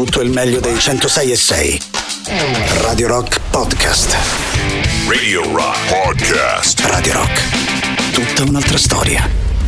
tutto il meglio dei 106.6. Radio Rock Podcast. Radio Rock Podcast. Radio Rock. Tutta un'altra storia.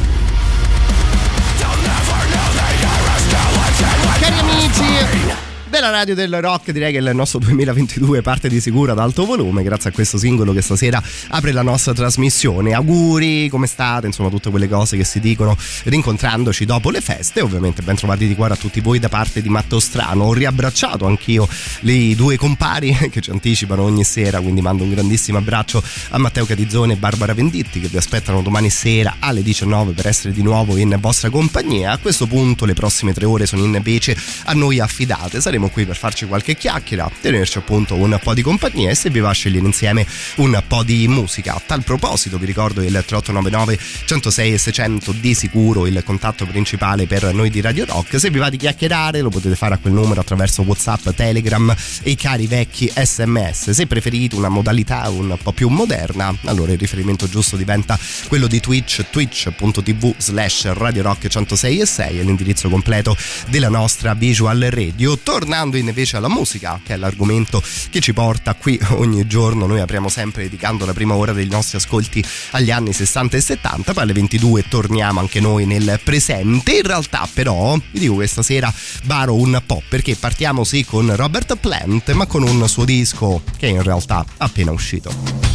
Cari amici della radio del rock, direi che il nostro 2022 parte di sicuro ad alto volume grazie a questo singolo che stasera apre la nostra trasmissione. Auguri, come state? Insomma, tutte quelle cose che si dicono rincontrandoci dopo le feste. Ovviamente ben trovati di cuore a tutti voi da parte di Matteo Strano. Ho riabbracciato anch'io i due compari che ci anticipano ogni sera, quindi mando un grandissimo abbraccio a Matteo Catizzone e Barbara Venditti che vi aspettano domani sera alle 19 per essere di nuovo in vostra compagnia. A questo punto le prossime 3 ore sono invece a noi affidate. Saremo qui per farci qualche chiacchiera, tenerci appunto un po' di compagnia e se vi va a scegliere insieme un po' di musica. A tal proposito vi ricordo il 3899 106 e 600 di sicuro il contatto principale per noi di Radio Rock. Se vi va di chiacchierare lo potete fare a quel numero attraverso WhatsApp, Telegram e i cari vecchi SMS. Se preferite una modalità un po' più moderna, allora il riferimento giusto diventa quello di Twitch, twitch.tv/Radio Rock 106 e 6 è l'indirizzo completo della nostra visual radio. Tornando invece alla musica, che è l'argomento che ci porta qui ogni giorno, noi apriamo sempre dedicando la prima ora dei nostri ascolti agli anni 60 e 70, poi alle 22 torniamo anche noi nel presente. In realtà però vi dico questa sera baro un po', perché partiamo sì con Robert Plant, ma con un suo disco che è in realtà appena uscito.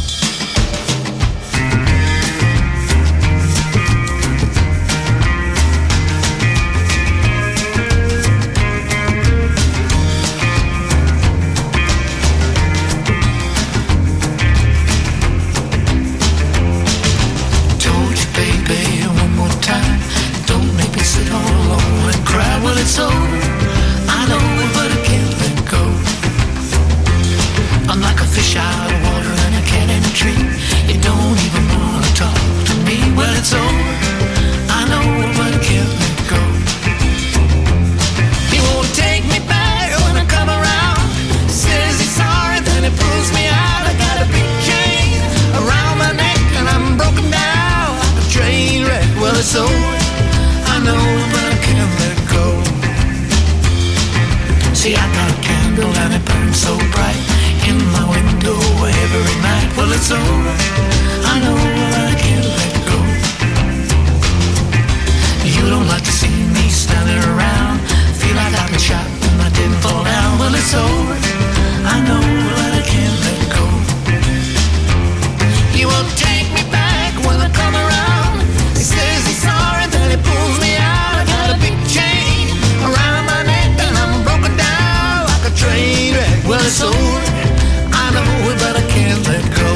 It's over, I know, but I can't let go. I'm like a fish out of water and a cat in a tree. You don't even wanna talk to me. Well, it's over, I know, but I can't let go. He won't take me back when I come around. Says he's sorry, then he pulls me out. I got a big chain around my neck and I'm broken down like a train wreck. Well, it's over, I know, but I can't let go. See, I got a candle and it burns so bright in my window every night. Well, it's over, I know, but I can't let go. You don't like to see me standing around, feel like I've been shot and I didn't fall down. Well, it's over, I know, but I can't let go. He won't take me back when I come around. He says he's sorry, then he pulls me out. I got a big chain around my neck and I'm broken down like a train wreck. Well, it's over, I know, but I can't let go.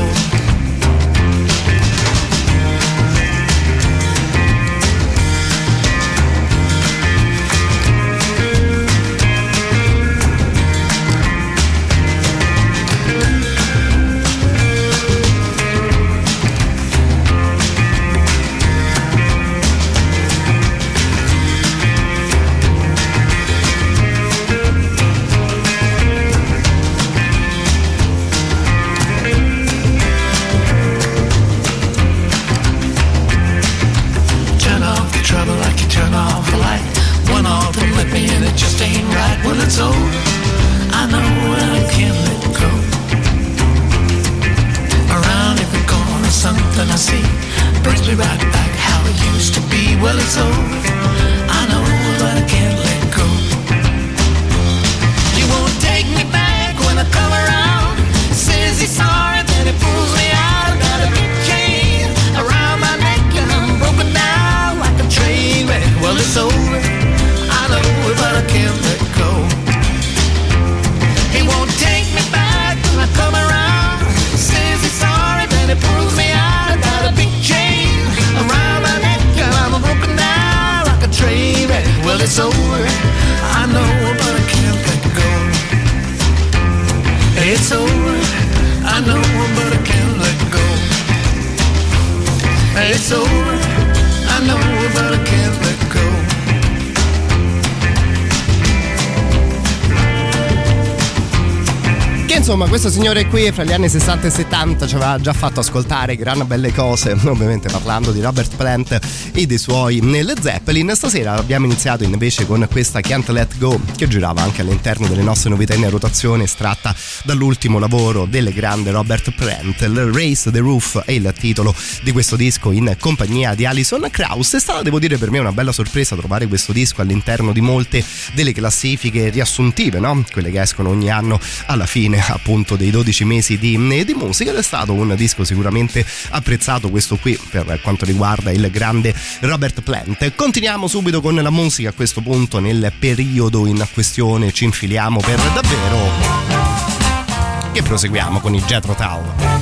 Insomma, questo signore qui fra gli anni 60 e 70 ci aveva già fatto ascoltare gran belle cose, ovviamente parlando di Robert Plant e dei suoi Led Zeppelin. Stasera abbiamo iniziato invece con questa Can't Let Go, che girava anche all'interno delle nostre novità in rotazione, estratta dall'ultimo lavoro del grande Robert Plant. Il Raise the Roof è il titolo di questo disco in compagnia di Alison Krauss. È stata, devo dire, per me una bella sorpresa trovare questo disco all'interno di molte delle classifiche riassuntive, no? Quelle che escono ogni anno alla fine appunto dei 12 mesi di musica, ed è stato un disco sicuramente apprezzato questo qui per quanto riguarda il grande Robert Plant. Continuiamo subito con la musica a questo punto, nel periodo in questione ci infiliamo per davvero e proseguiamo con i Jethro Tull.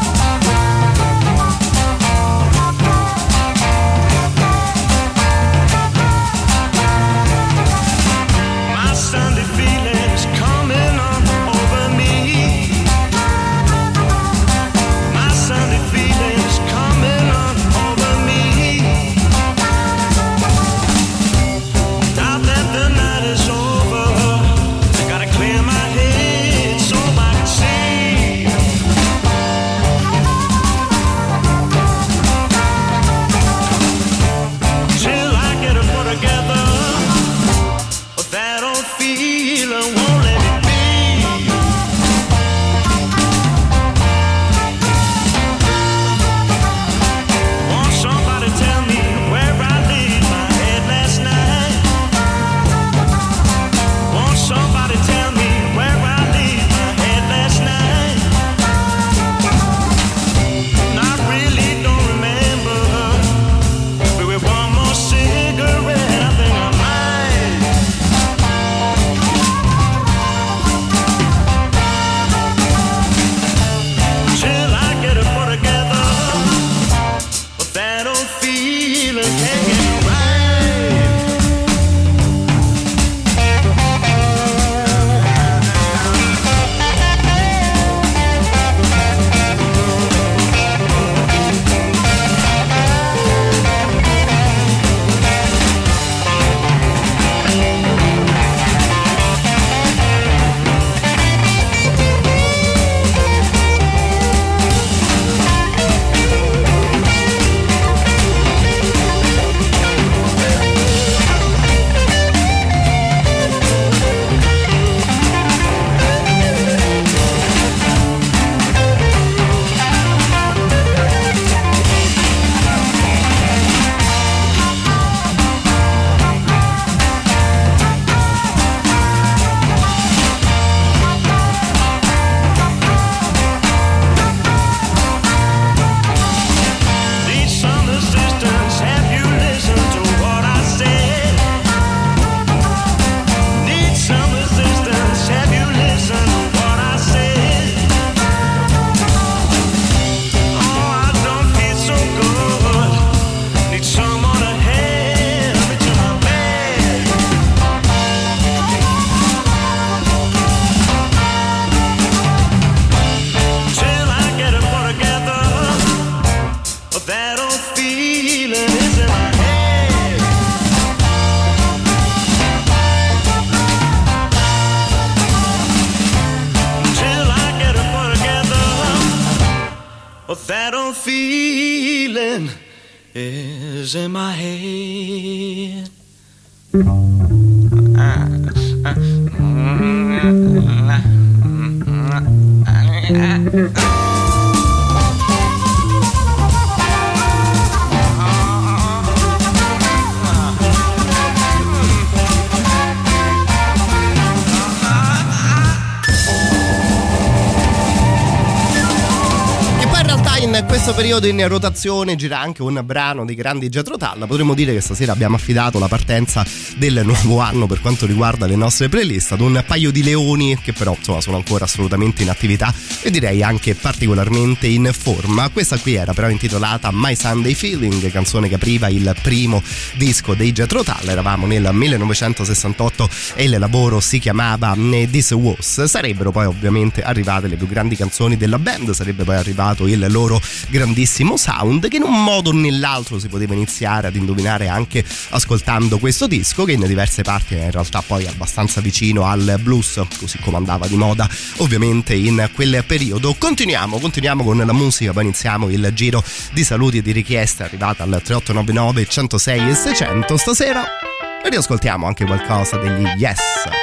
That old feeling is in my head. In questo periodo in rotazione gira anche un brano di grandi Jethro Tull. Potremmo dire che stasera abbiamo affidato la partenza del nuovo anno per quanto riguarda le nostre playlist ad un paio di leoni che però insomma sono ancora assolutamente in attività e direi anche particolarmente in forma. Questa qui era però intitolata My Sunday Feeling, canzone che apriva il primo disco dei Jethro Tull. Eravamo nel 1968 e il lavoro si chiamava This Was. Sarebbero poi ovviamente arrivate le più grandi canzoni della band, sarebbe poi arrivato il loro grandissimo sound che in un modo o nell'altro si poteva iniziare ad indovinare anche ascoltando questo disco, che in diverse parti è in realtà poi abbastanza vicino al blues, così come andava di moda ovviamente in quel periodo. Continuiamo con la musica, poi iniziamo il giro di saluti e di richieste arrivate al 3899 106 e 600 stasera e riascoltiamo anche qualcosa degli Yes.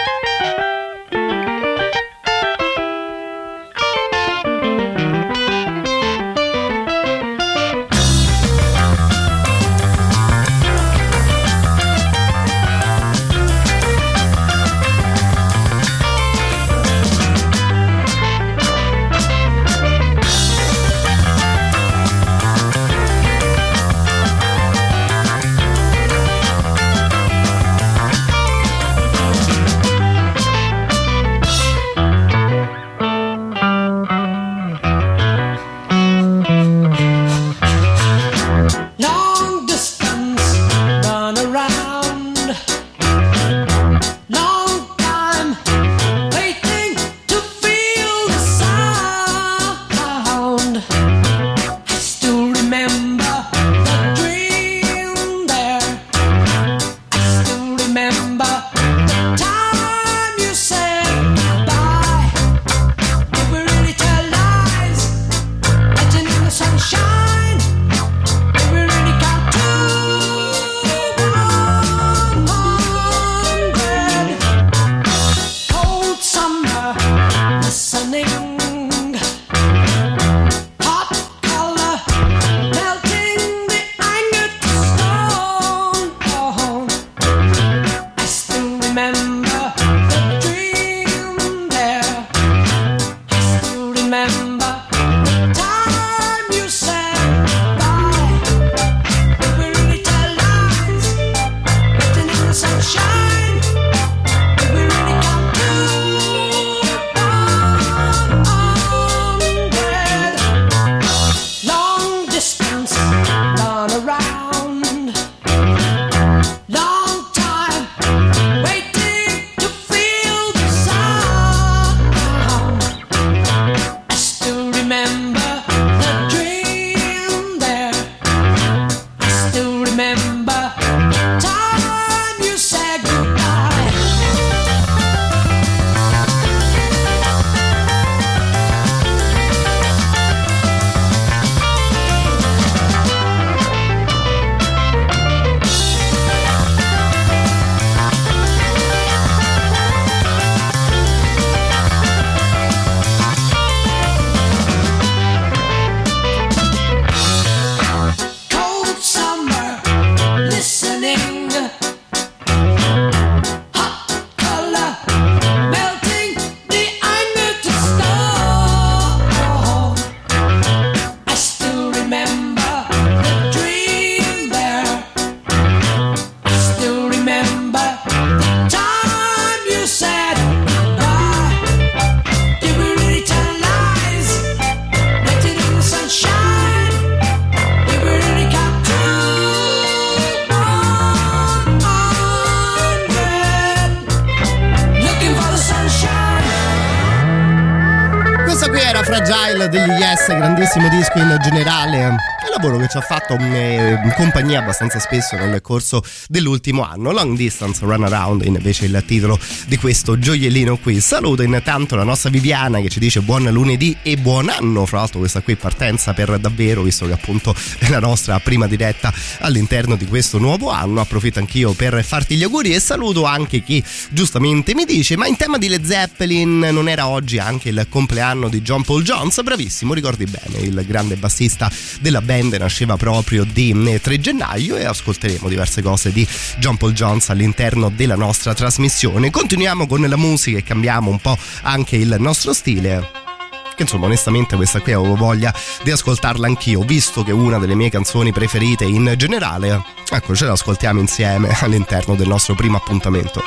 Fragile degli Yes, grandissimo disco in generale, che lavoro che ci ha fatto in compagnia abbastanza spesso nel corso dell'ultimo anno. Long Distance Runaround invece il titolo di questo gioiellino qui. Saluto intanto la nostra Viviana che ci dice buon lunedì e buon anno, fra l'altro questa qui partenza per davvero, visto che appunto è la nostra prima diretta all'interno di questo nuovo anno. Approfitto anch'io per farti gli auguri e saluto anche chi giustamente mi dice ma in tema di Led Zeppelin non era oggi anche il compleanno di John Paul Jones? Bravissimo, ricordi bene, il grande bassista della band nasceva proprio di 3 gennaio e ascolteremo diverse cose di John Paul Jones all'interno della nostra trasmissione. Continuiamo con la musica e cambiamo un po' anche il nostro stile, che insomma onestamente questa qui avevo voglia di ascoltarla anch'io, visto che è una delle mie canzoni preferite in generale. Ecco, ce l'ascoltiamo insieme all'interno del nostro primo appuntamento.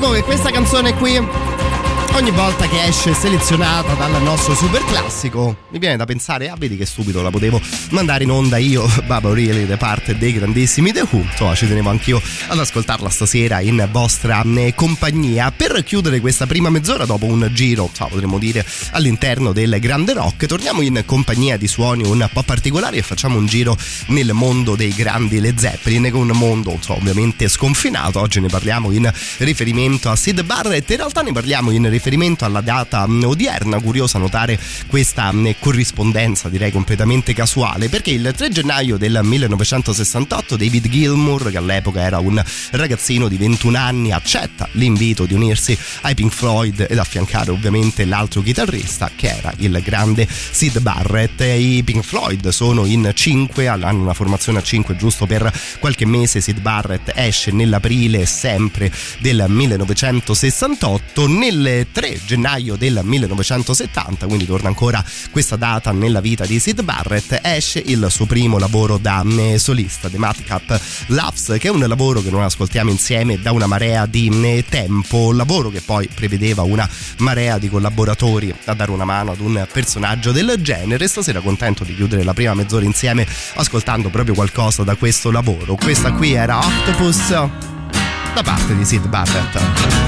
Diciamo che questa canzone qui, ogni volta che esce selezionata dal nostro super classico, mi viene da pensare, vedi che stupido, la potevo mandare in onda io, Baba O'Reilly, da parte dei grandissimi The Who. Insomma, ci tenevo anch'io ad ascoltarla stasera in vostra compagnia. Per chiudere questa prima mezz'ora, dopo un giro, potremmo dire, all'interno del grande rock, torniamo in compagnia di suoni un po' particolari e facciamo un giro nel mondo dei grandi Led Zeppelin, con un mondo ovviamente sconfinato. Oggi ne parliamo in riferimento a Syd Barrett, in realtà ne parliamo in riferimento alla data odierna. Curiosa notare questa corrispondenza, direi completamente casuale, perché il 3 gennaio del 1968 David Gilmour, che all'epoca era un ragazzino di 21 anni, accetta l'invito di unirsi ai Pink Floyd ed affiancare ovviamente l'altro chitarrista, che era il grande Syd Barrett. I Pink Floyd sono in 5, hanno una formazione a 5 giusto per qualche mese. Syd Barrett esce nell'aprile sempre del 1968. Nel 3 gennaio del 1970, quindi torna ancora questa data nella vita di Syd Barrett, esce il suo primo lavoro da solista, The Madcap Loves, che è un lavoro che noi ascoltiamo insieme da una marea di tempo, lavoro che poi prevedeva una marea di collaboratori a dare una mano ad un personaggio del genere. Stasera contento di chiudere la prima mezz'ora insieme ascoltando proprio qualcosa da questo lavoro. Questa qui era Octopus da parte di Syd Barrett.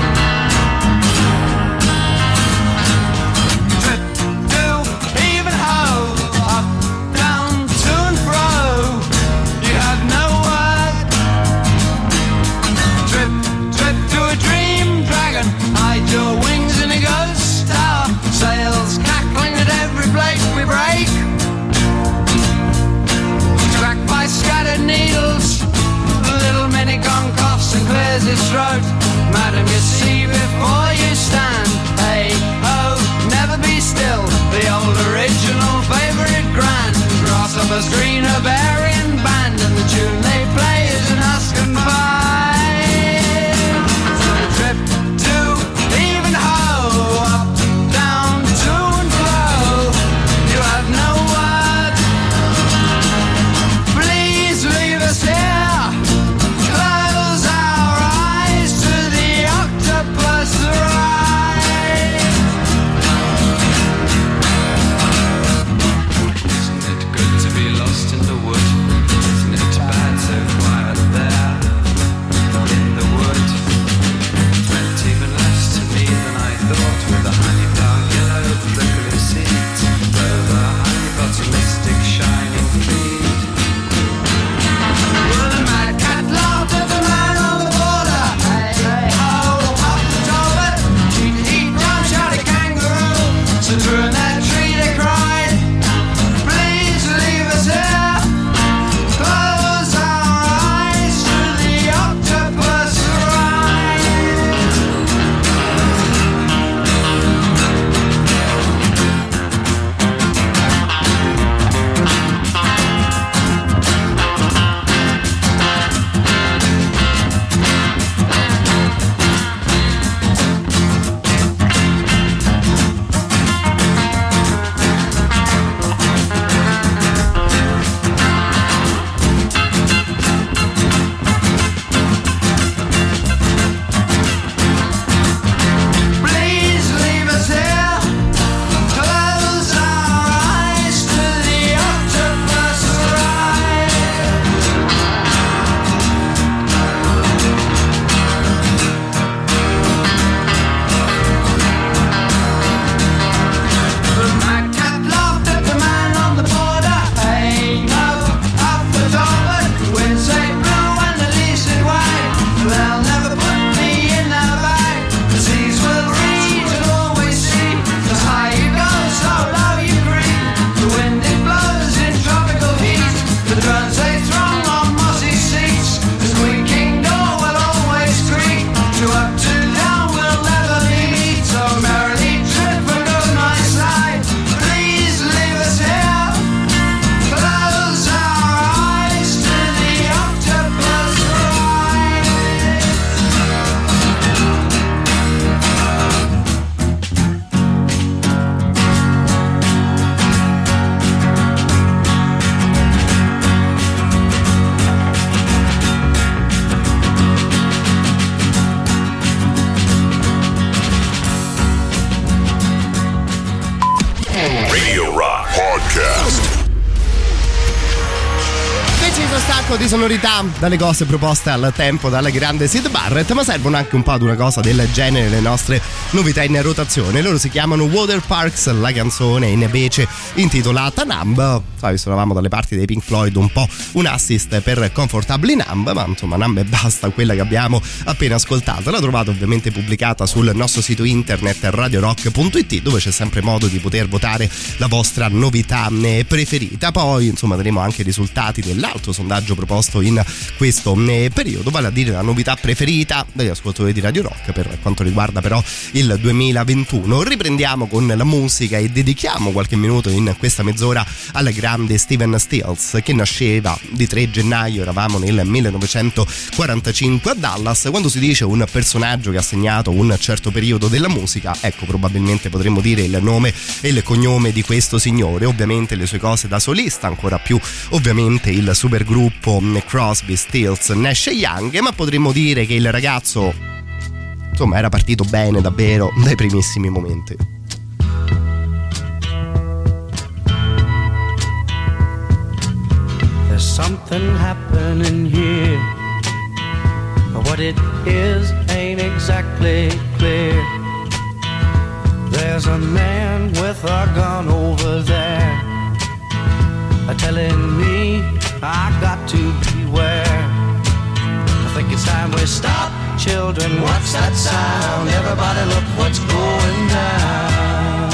Your wings in a ghost tower, sails cackling at every blade we break. Tracked by scattered needles, little mini gong coughs and clears his throat. Madam, you see before you stand. Hey ho, never be still. The old original favourite grand. Grasshoppers, green herbarian band, and the tune they play is an husk and pie. So the trip to even ho, up, down, to and fro. You have no word. Please leave us here. Close our eyes to the octopus ride. Isn't it good to be lost in the wood? sacco di sonorità dalle cose proposte al tempo dalla grande Syd Barrett, ma servono anche un po' ad una cosa del genere le nostre novità in rotazione. Loro si chiamano Water Parks, la canzone invece intitolata Numb. Visto eravamo dalle parti dei Pink Floyd, un po' un assist per Comfortably Numb, ma insomma Numb e basta, quella che abbiamo appena ascoltato. La trovate ovviamente pubblicata sul nostro sito internet radiorock.it, dove c'è sempre modo di poter votare la vostra novità preferita. Poi insomma daremo anche i risultati dell'altro sondaggio proposto in questo periodo, vale a dire la novità preferita degli ascoltatori di Radio Rock per quanto riguarda però il 2021. Riprendiamo con la musica e dedichiamo qualche minuto in questa mezz'ora al grande Stephen Stills, che nasceva di 3 gennaio, eravamo nel 1945 a Dallas. Quando si dice un personaggio che ha segnato un certo periodo della musica, ecco, probabilmente potremmo dire il nome e il cognome di questo signore. Ovviamente le sue cose da solista, ancora più ovviamente il supergruppo Crosby, Stills, Nash e Young, ma potremmo dire che il ragazzo insomma era partito bene davvero dai primissimi momenti. There's something happening here, but what it is ain't exactly clear. There's a man with a gun over there, telling me I got to beware. I think it's time we stop, children. What's that sound? Everybody look what's going down.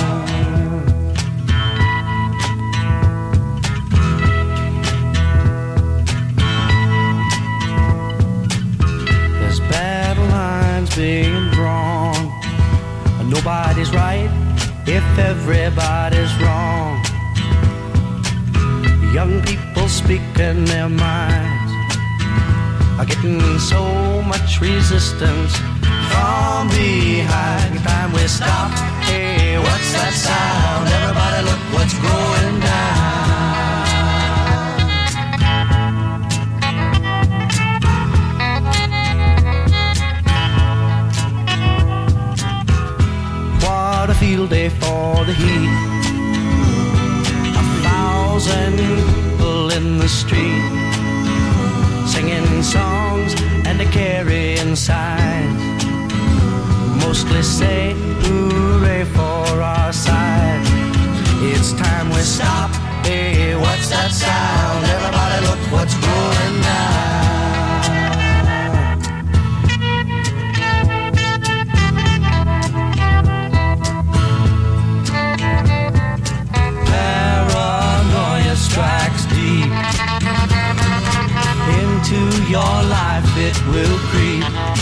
There's battle lines being drawn. Nobody's right if everybody's wrong. Young people speaking their minds are getting so much resistance from behind. Time we stop. Hey, what's that sound? Everybody look what's going down. What a field day for the heat. 1,000 people in the street, singing songs and carrying signs, mostly say hooray for our side. It's time we stop. Hey, what's that sound? Everybody look what's going down. Strikes deep into your life, it will creep.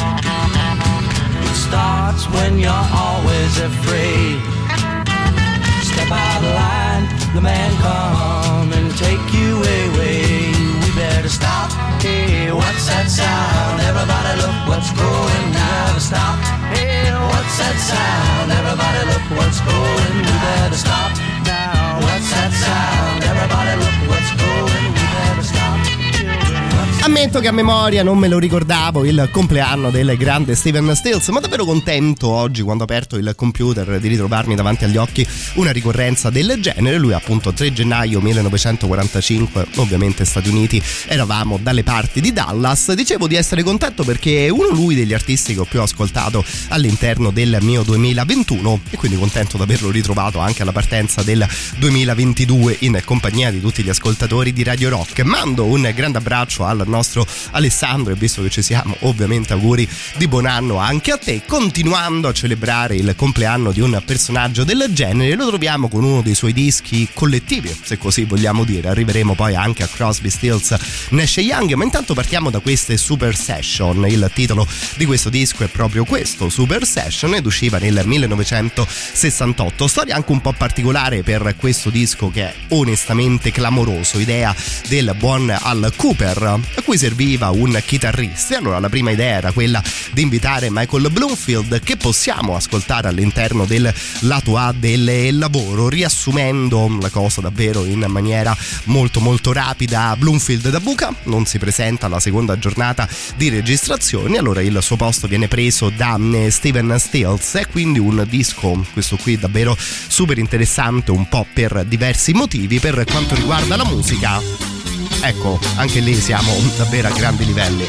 It starts when you're always afraid. Step out of line, the man come and take you away. We better stop. Hey, what's that sound? Everybody look what's going down. Stop. Hey, what's that sound? Everybody look what's going. We better stop now. What's that sound? Everybody look what's going. We better stop. Ammetto che a memoria non me lo ricordavo il compleanno del grande Stephen Stills, ma davvero contento oggi, quando ho aperto il computer, di ritrovarmi davanti agli occhi una ricorrenza del genere. Lui appunto 3 gennaio 1945, ovviamente Stati Uniti, eravamo dalle parti di Dallas. Dicevo di essere contento perché è lui degli artisti che ho più ascoltato all'interno del mio 2021, e quindi contento di averlo ritrovato anche alla partenza del 2022 in compagnia di tutti gli ascoltatori di Radio Rock. Mando un grande abbraccio al nostro Alessandro, e visto che ci siamo, ovviamente auguri di buon anno anche a te. Continuando a celebrare il compleanno di un personaggio del genere, lo troviamo con uno dei suoi dischi collettivi, se così vogliamo dire. Arriveremo poi anche a Crosby, Stills, Nash e Young, ma intanto partiamo da queste Super Session. Il titolo di questo disco è proprio questo, Super Session, ed usciva nel 1968. Storia anche un po' particolare per questo disco, che è onestamente clamoroso. Idea del buon Al Cooper, a cui serviva un chitarrista. Allora la prima idea era quella di invitare Michael Bloomfield, che possiamo ascoltare all'interno del lato A del lavoro. Riassumendo la cosa davvero in maniera molto molto rapida, Bloomfield da buca, non si presenta alla seconda giornata di registrazioni, allora il suo posto viene preso da Stephen Stills. È quindi un disco, questo qui, davvero super interessante, un po' per diversi motivi. Per quanto riguarda la musica, ecco, anche lì siamo davvero a grandi livelli.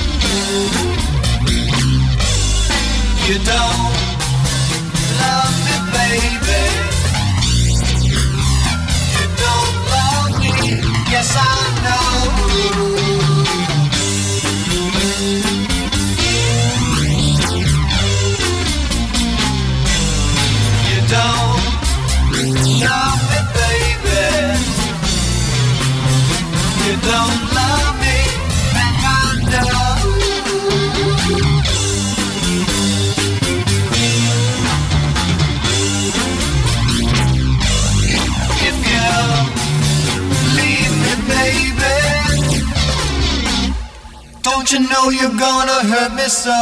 You don't love me, baby. You don't love me. Yes, I know. You don't love me, baby. You don't love me, and I know. If you leave me, baby, don't you know you're gonna hurt me so?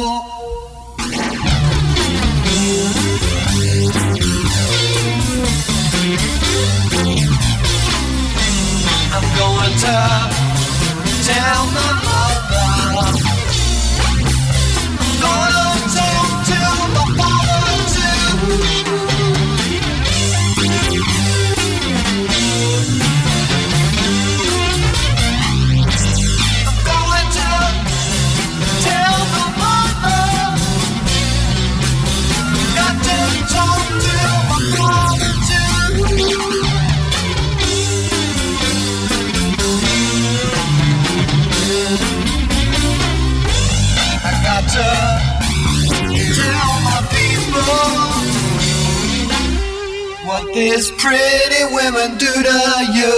I'm going to tell my mother. I'm gonna tell my father too. I'm going to tell my mother. Got to talk to my father too. I got to tell my people what these pretty women do to you.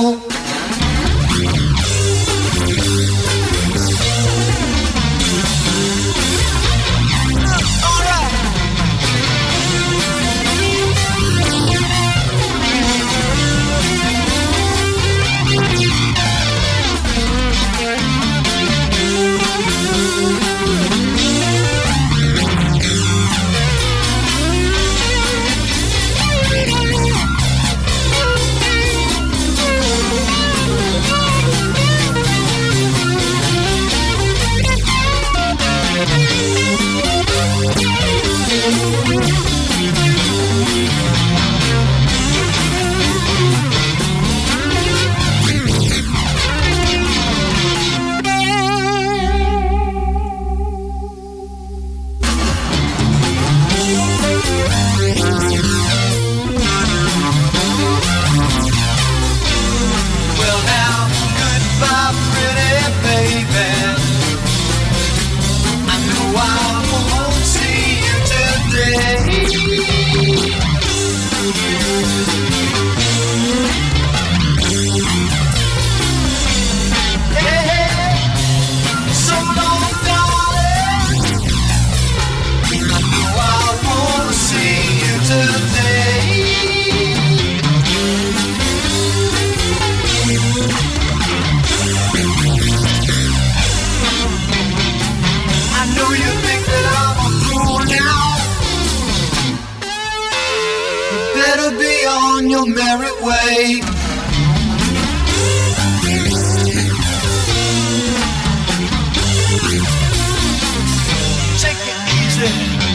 All right. Well now, goodbye, pretty baby. I know I won't see you today. Hey, so long, darling. I know I won't see you today. I know you think that I'm a fool now. You better be on your merry way. Take it easy.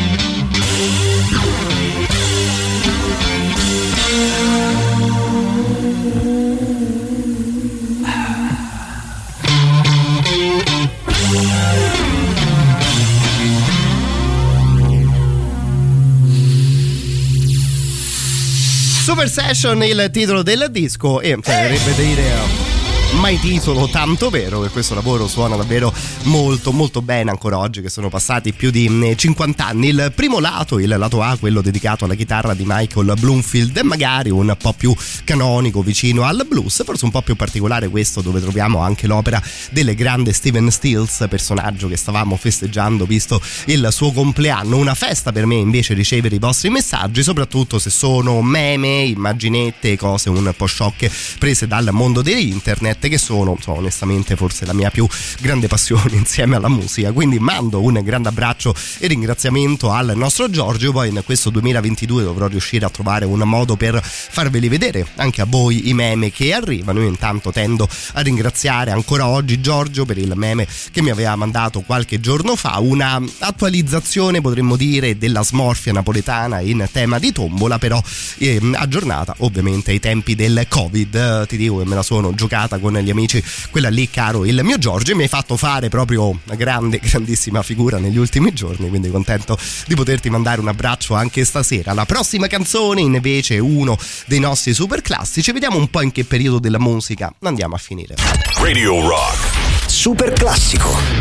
Super Session il titolo del disco e verrebbe da dire mai titolo tanto vero, che questo lavoro suona davvero molto molto bene ancora oggi che sono passati più di 50 anni. Il primo lato, il lato A, quello dedicato alla chitarra di Michael Bloomfield, e magari un po' più canonico, vicino al blues, forse un po' più particolare questo, dove troviamo anche l'opera del grande Stephen Stills, personaggio che stavamo festeggiando visto il suo compleanno. Una festa per me invece ricevere i vostri messaggi, soprattutto se sono meme, immaginette, cose un po' sciocche prese dal mondo di internet, che sono onestamente forse la mia più grande passione insieme alla musica. Quindi mando un grande abbraccio e ringraziamento al nostro Giorgio. Poi in questo 2022 dovrò riuscire a trovare un modo per farveli vedere anche a voi i meme che arrivano. Io intanto tendo a ringraziare ancora oggi Giorgio per il meme che mi aveva mandato qualche giorno fa, una attualizzazione potremmo dire della smorfia napoletana in tema di tombola, però aggiornata ovviamente ai tempi del Covid. Ti dico che me la sono giocata con con gli amici, quella lì, caro il mio Giorgio, e mi hai fatto fare proprio una grandissima figura negli ultimi giorni, quindi contento di poterti mandare un abbraccio anche stasera. La prossima canzone invece è uno dei nostri super classici, vediamo un po' in che periodo della musica andiamo a finire. Radio Rock Super classico.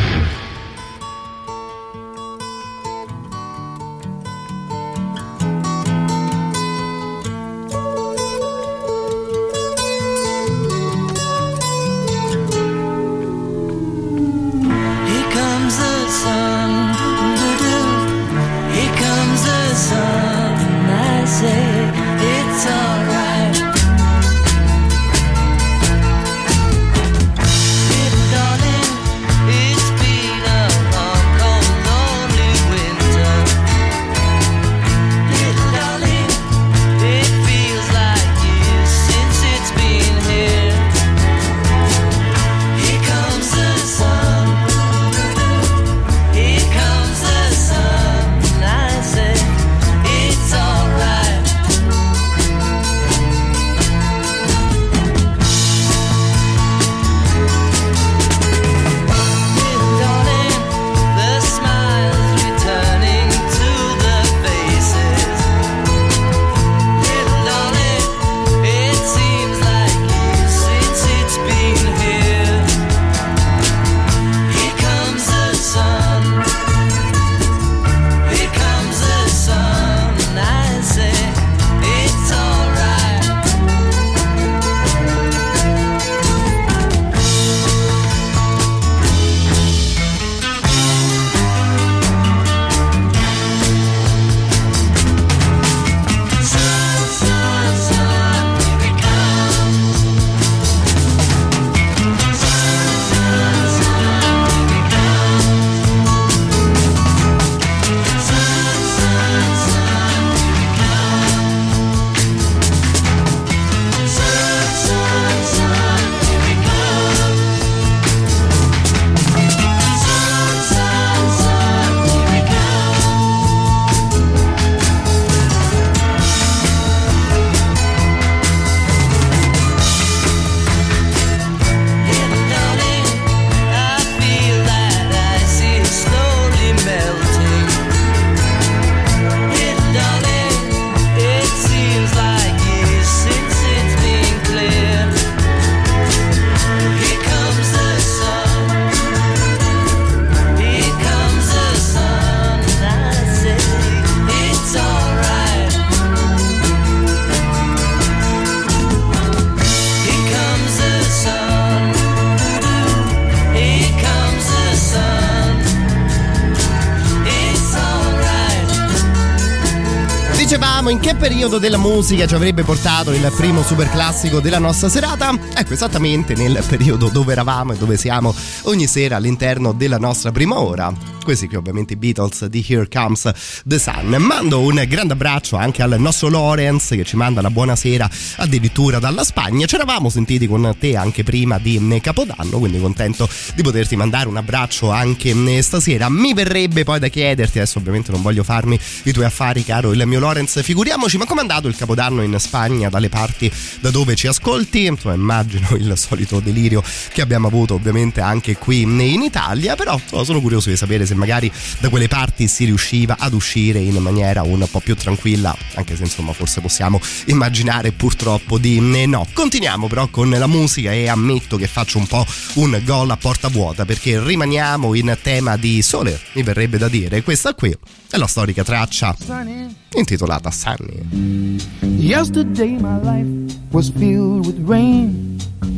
In che periodo della musica ci avrebbe portato il primo super classico della nostra serata? Ecco, esattamente nel periodo dove eravamo e dove siamo ogni sera all'interno della nostra prima ora. Questi qui ovviamente i Beatles di Here Comes the Sun. Mando un grande abbraccio anche al nostro Lorenz che ci manda la buonasera addirittura dalla Spagna. Ci eravamo sentiti con te anche prima di Capodanno, quindi contento di poterti mandare un abbraccio anche stasera. Mi verrebbe poi da chiederti, adesso ovviamente non voglio farmi i tuoi affari caro il mio Lorenz, figuriamoci, ma com'è andato il Capodanno in Spagna, dalle parti da dove ci ascolti? Insomma, immagino il solito delirio che abbiamo avuto ovviamente anche qui in Italia, però sono curioso di sapere se magari da quelle parti si riusciva ad uscire in maniera un po' più tranquilla, anche se insomma forse possiamo immaginare purtroppo di no. Continuiamo però con la musica e ammetto che faccio un po' un gol a porta vuota, perché rimaniamo in tema di sole, mi verrebbe da dire. Questa qui è la storica traccia intitolata Sunny. Yesterday my life was filled with rain.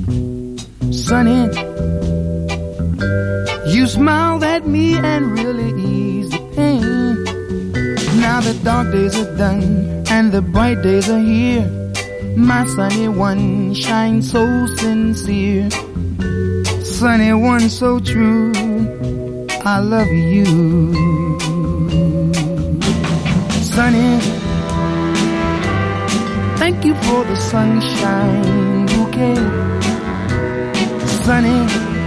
Sunny, you smiled at me and really eased the pain. Now the dark days are done and the bright days are here. My sunny one shines so sincere. Sunny one so true, I love you. Sunny, thank you for the sunshine bouquet. Sunny,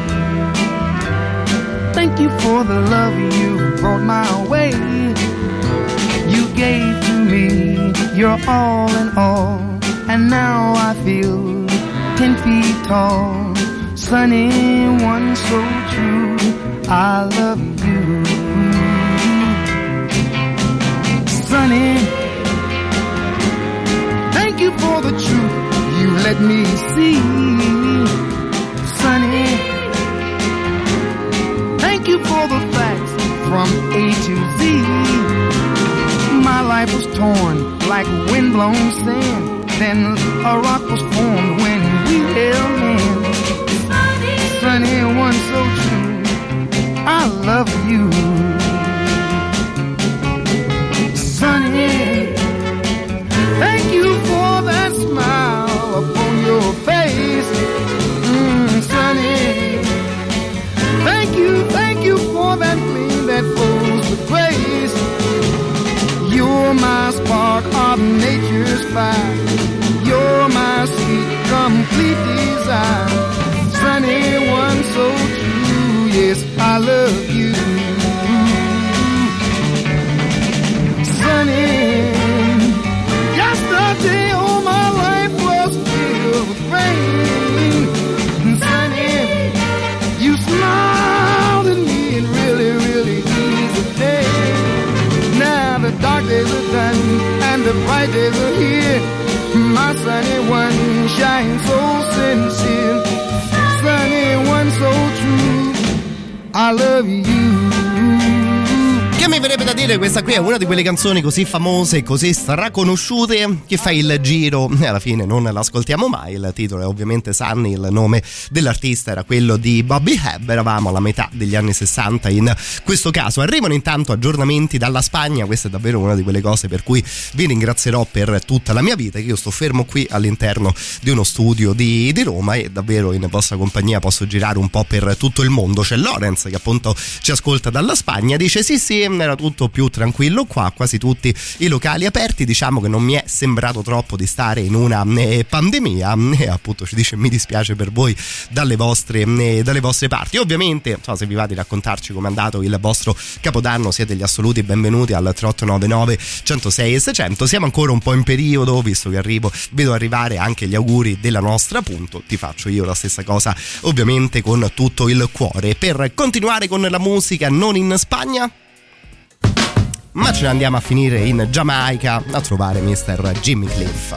thank you for the love you brought my way. You gave to me your all in all, and now I feel 10 feet tall. sunny one so true, I love you. Sunny, thank you for the truth you let me see. Sunny, thank you for the facts from A to Z. My life was torn like windblown sand, then a rock was formed when we held hands. Sunny, one so true, I love you. Sunny, thank you for that smile upon your face. Sunny, thank you for that gleam that flows with grace. You're my spark of nature's fire. You're my sweet, complete desire. Sunny, one so true, yes, I love you. Sunny, yesterday all my life was filled with rain. Sunny, you smiled at me and really eased the day. Now the dark days are done and the bright days are here. My sunny one shines so sincere. Sunny one so true, I love you. Che mi verrebbe da dire, questa qui è una di quelle canzoni così famose e così straconosciute che fa il giro e alla fine non l'ascoltiamo mai. Il titolo è ovviamente Sunny, il nome dell'artista era quello di Bobby Hebb. Eravamo alla metà degli anni 60 in questo caso. Arrivano intanto aggiornamenti dalla Spagna. Questa è davvero una di quelle cose per cui vi ringrazierò per tutta la mia vita, che io sto fermo qui all'interno di uno studio di Roma e davvero in vostra compagnia posso girare un po' per tutto il mondo. C'è Lorenz che appunto ci ascolta dalla Spagna, dice sì, era tutto più tranquillo qua, quasi tutti i locali aperti, diciamo che non mi è sembrato troppo di stare in una pandemia e appunto ci dice mi dispiace per voi dalle vostre parti. Ovviamente se vi va di raccontarci com'è andato il vostro Capodanno siete gli assoluti benvenuti al 3899 106 e 600. Siamo ancora un po' in periodo, visto che vedo arrivare anche gli auguri della nostra, appunto ti faccio io la stessa cosa ovviamente con tutto il cuore. Per continuare con la musica, non in Spagna ma ce ne andiamo a finire in Giamaica a trovare Mr. Jimmy Cliff.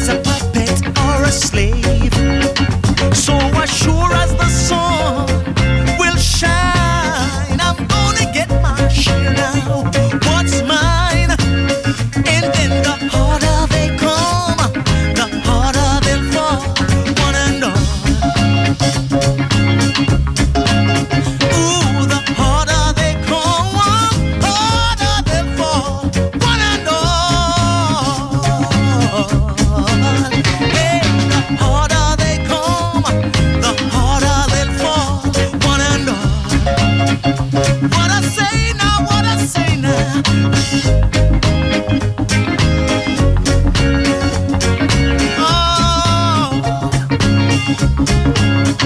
slave. So as sure as the sun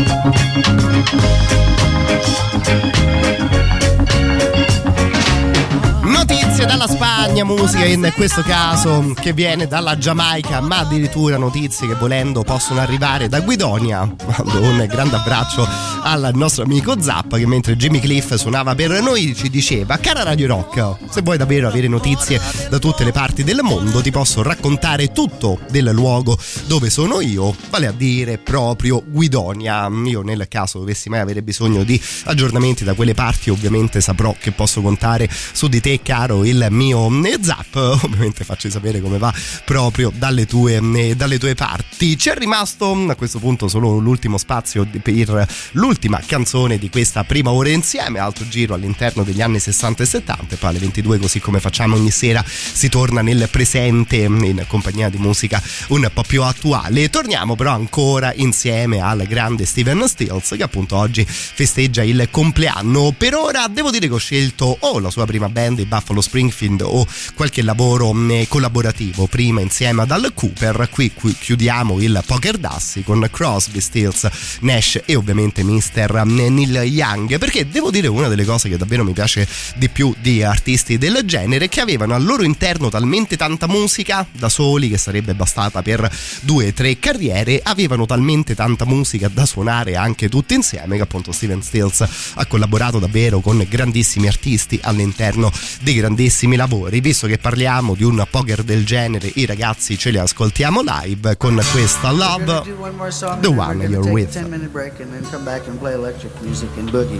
Notizie dalla Spagna, musica in questo caso che viene dalla Giamaica, ma addirittura notizie che volendo possono arrivare da Guidonia. Un grande abbraccio al nostro amico Zappa che mentre Jimmy Cliff suonava per noi ci diceva: cara Radio Rock, se vuoi davvero avere notizie da tutte le parti del mondo ti posso raccontare tutto del luogo dove sono io, vale a dire proprio Guidonia. Io nel caso dovessi mai avere bisogno di aggiornamenti da quelle parti ovviamente saprò che posso contare su di te, caro il mio Zap. Ovviamente facci sapere come va proprio dalle tue parti. C'è rimasto a questo punto solo l'ultimo spazio per l'ultima canzone di questa prima ora insieme, altro giro all'interno degli anni 60 e 70, poi alle 22 così come facciamo ogni sera si torna nel presente in compagnia di musica un po' più attuale. Torniamo però ancora insieme al grande Stephen Stills che appunto oggi festeggia il compleanno. Per ora devo dire che ho scelto o la sua prima band, i Buffalo Springfield, o qualche lavoro collaborativo prima insieme ad Al Cooper. Qui chiudiamo il Poker Dassi con Crosby, Stills, Nash e ovviamente Mr. Neil Young, perché devo dire una delle cose che davvero mi piace di più di artisti del genere, che avevano al loro interno talmente tanta musica da soli che sarebbe bastata per 2-3 carriere, avevano talmente tanta musica da suonare anche tutti insieme che appunto Stephen Stills ha collaborato davvero con grandissimi artisti all'interno dei grandissimi lavori. Visto che parliamo di un poker del genere, i ragazzi ce li ascoltiamo live con questa Love, The One You're With. 10-minute break and then come back and play electric music and boogie.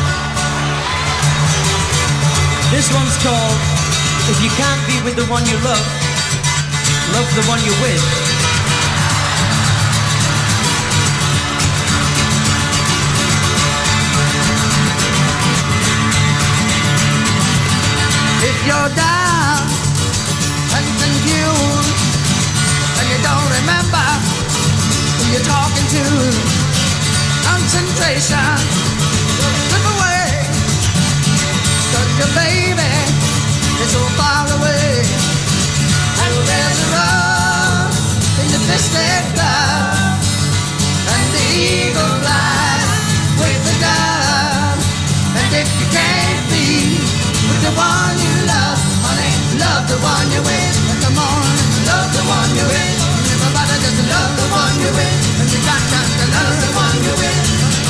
This one's called If You Can't Be With The One You Love, Love The One You're With. If you're down and confused and you don't remember who you're talking to, concentration slip away, 'cause your baby is so far away. And there's a rose in the fisted glove, and the eagle flies with the dove. And if you can't be with the one you love, honey, love the one you're with. And come on, love the one you're with. Everybody just love the one you're with. And you got to love the one you're with.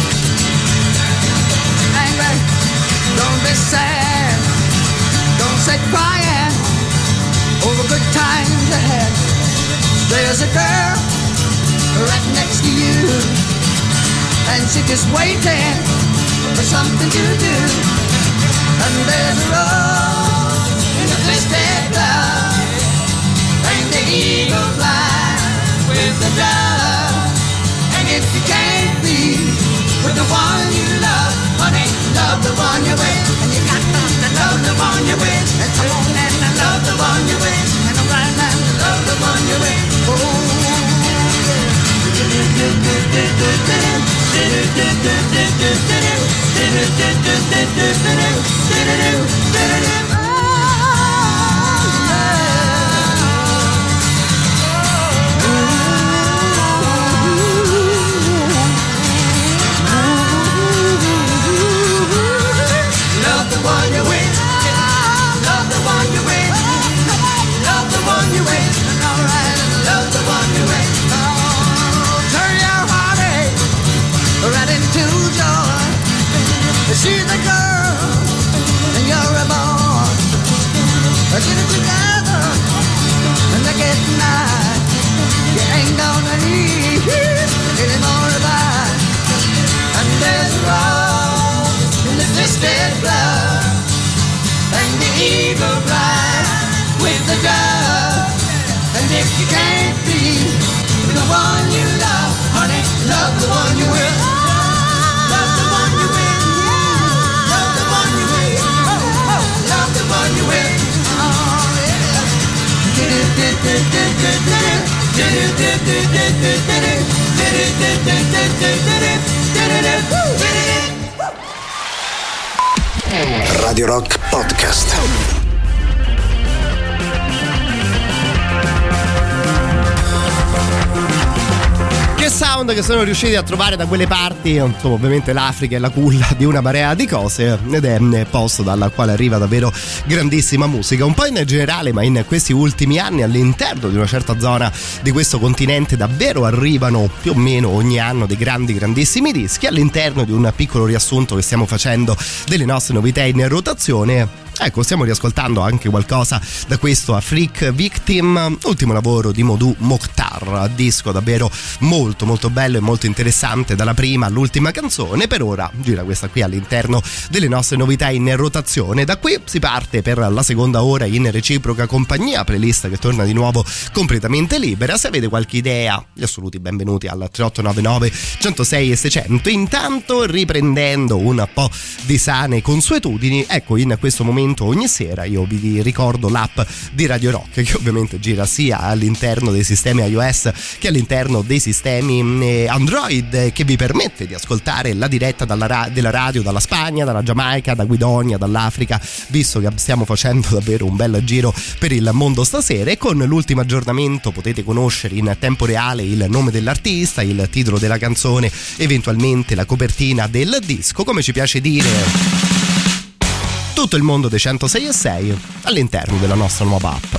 Angry, don't be sad, don't sit crying over good times ahead. There's a girl right next to you, and she's just waiting for something to do. And there's a rose in the fisted glove, and the eagle flies with the dove. And if you can't be with the one you love, honey, love the one you're with. And you got to love the one you're with. And come on and love the one you're with. And I'm right now to love the one you're with. Love the one you're with. Love the one you're with. Love the one you're with. All right, love the one you're with. Oh, turn your heartache right into joy. She's a girl and you're a boy. Get it together and they get night. You ain't gonna need any more advice. And there's a rose in the fisted glove, and the eagle flies with the dove. And if you can't be the one you love, honey, love the one you're with. Love the one you're with. Love the one you're with. Love the one you're with. Oh, yeah. Radio Rock Podcast. Che sound che sono riusciti a trovare da quelle parti, insomma, ovviamente l'Africa è la culla di una marea di cose ed è un posto dalla quale arriva davvero grandissima musica, un po' in generale, ma in questi ultimi anni all'interno di una certa zona di questo continente davvero arrivano più o meno ogni anno dei grandissimi dischi. All'interno di un piccolo riassunto che stiamo facendo delle nostre novità in rotazione, ecco, stiamo riascoltando anche qualcosa da questo Afrique Victim, ultimo lavoro di Modou Mokhtar, disco davvero molto molto bello e molto interessante dalla prima all'ultima canzone. Per ora gira questa qui all'interno delle nostre novità in rotazione. Da qui si parte per la seconda ora in reciproca compagnia, playlist che torna di nuovo completamente libera. Se avete qualche idea, gli assoluti benvenuti al 3899 106 e 600. Intanto, riprendendo un po' di sane consuetudini, ecco, in questo momento ogni sera io vi ricordo l'app di Radio Rock, che ovviamente gira sia all'interno dei sistemi iOS che all'interno dei sistemi Android, che vi permette di ascoltare la diretta della radio dalla Spagna, dalla Giamaica, da Guidonia, dall'Africa, visto che stiamo facendo davvero un bel giro per il mondo stasera. E con l'ultimo aggiornamento potete conoscere in tempo reale il nome dell'artista, il titolo della canzone, eventualmente la copertina del disco, come ci piace dire, tutto il mondo dei 106 e 6 all'interno della nostra nuova app.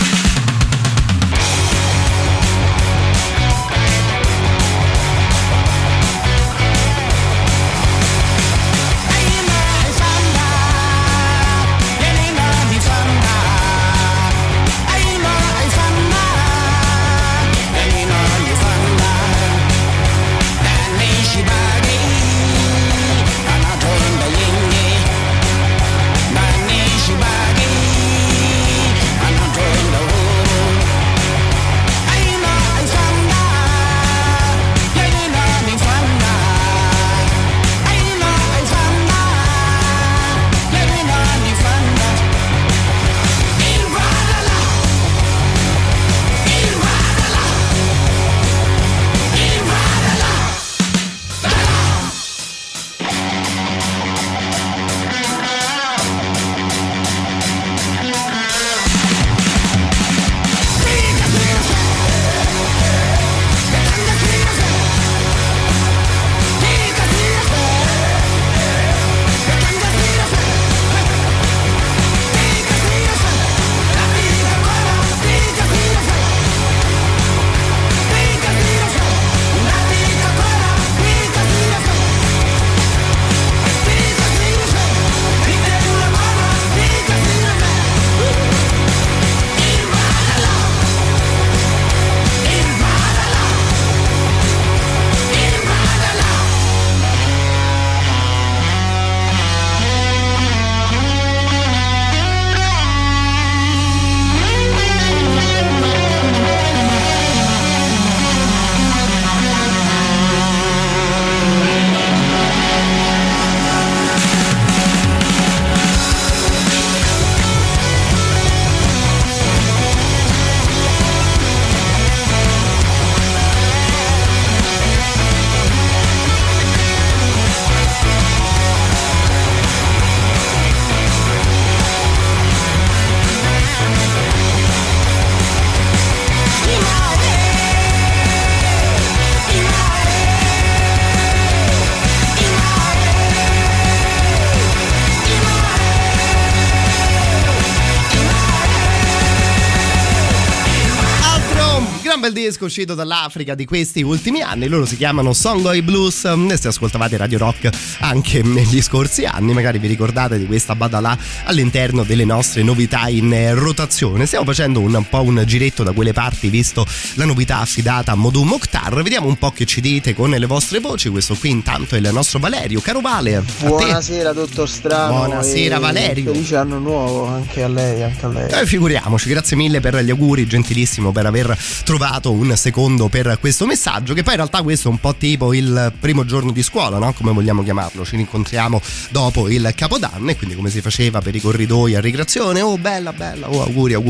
Bel disco uscito dall'Africa di questi ultimi anni, loro si chiamano Songoi Blues. Se ascoltavate Radio Rock anche negli scorsi anni magari vi ricordate di questa badalà all'interno delle nostre novità in rotazione. Stiamo facendo un po' un giretto da quelle parti, visto la novità affidata a Modou Mokhtar. Vediamo un po' che ci dite con le vostre voci. Questo qui intanto è il nostro Valerio. Caro Vale, buonasera dottor Strano. Buonasera Valerio, felice anno nuovo anche a lei, figuriamoci, grazie mille per gli auguri, gentilissimo per aver trovato un secondo per questo messaggio, che poi in realtà questo è un po' tipo il primo giorno di scuola, no? Come vogliamo chiamarlo, ci rincontriamo dopo il Capodanno e quindi come si faceva per i corridoi a ricreazione, oh bella, oh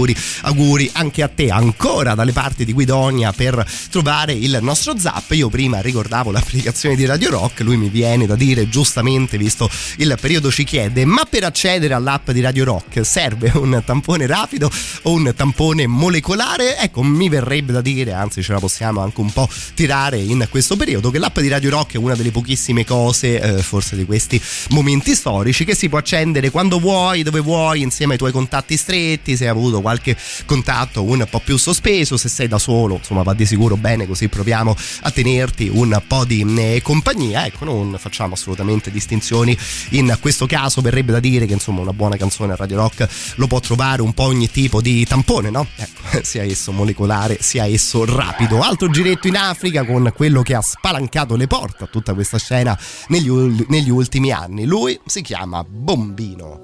auguri anche a te, ancora dalle parti di Guidonia, per trovare il nostro Zap. Io prima ricordavo l'applicazione di Radio Rock, lui mi viene da dire giustamente, visto il periodo, ci chiede: ma per accedere all'app di Radio Rock serve un tampone rapido o un tampone molecolare? Ecco, mi verrebbe da da dire, anzi ce la possiamo anche un po' tirare in questo periodo, che l'app di Radio Rock è una delle pochissime cose, forse di questi momenti storici, che si può accendere quando vuoi, dove vuoi, insieme ai tuoi contatti stretti, se hai avuto qualche contatto un po' più sospeso, se sei da solo, insomma va di sicuro bene, così proviamo a tenerti un po' di compagnia. Ecco, non facciamo assolutamente distinzioni in questo caso, verrebbe da dire che insomma una buona canzone a Radio Rock lo può trovare un po' ogni tipo di tampone, no? Ecco, sia esso molecolare sia esso rapido. Altro giretto in Africa con quello che ha spalancato le porte a tutta questa scena negli ultimi anni. Lui si chiama Bombino.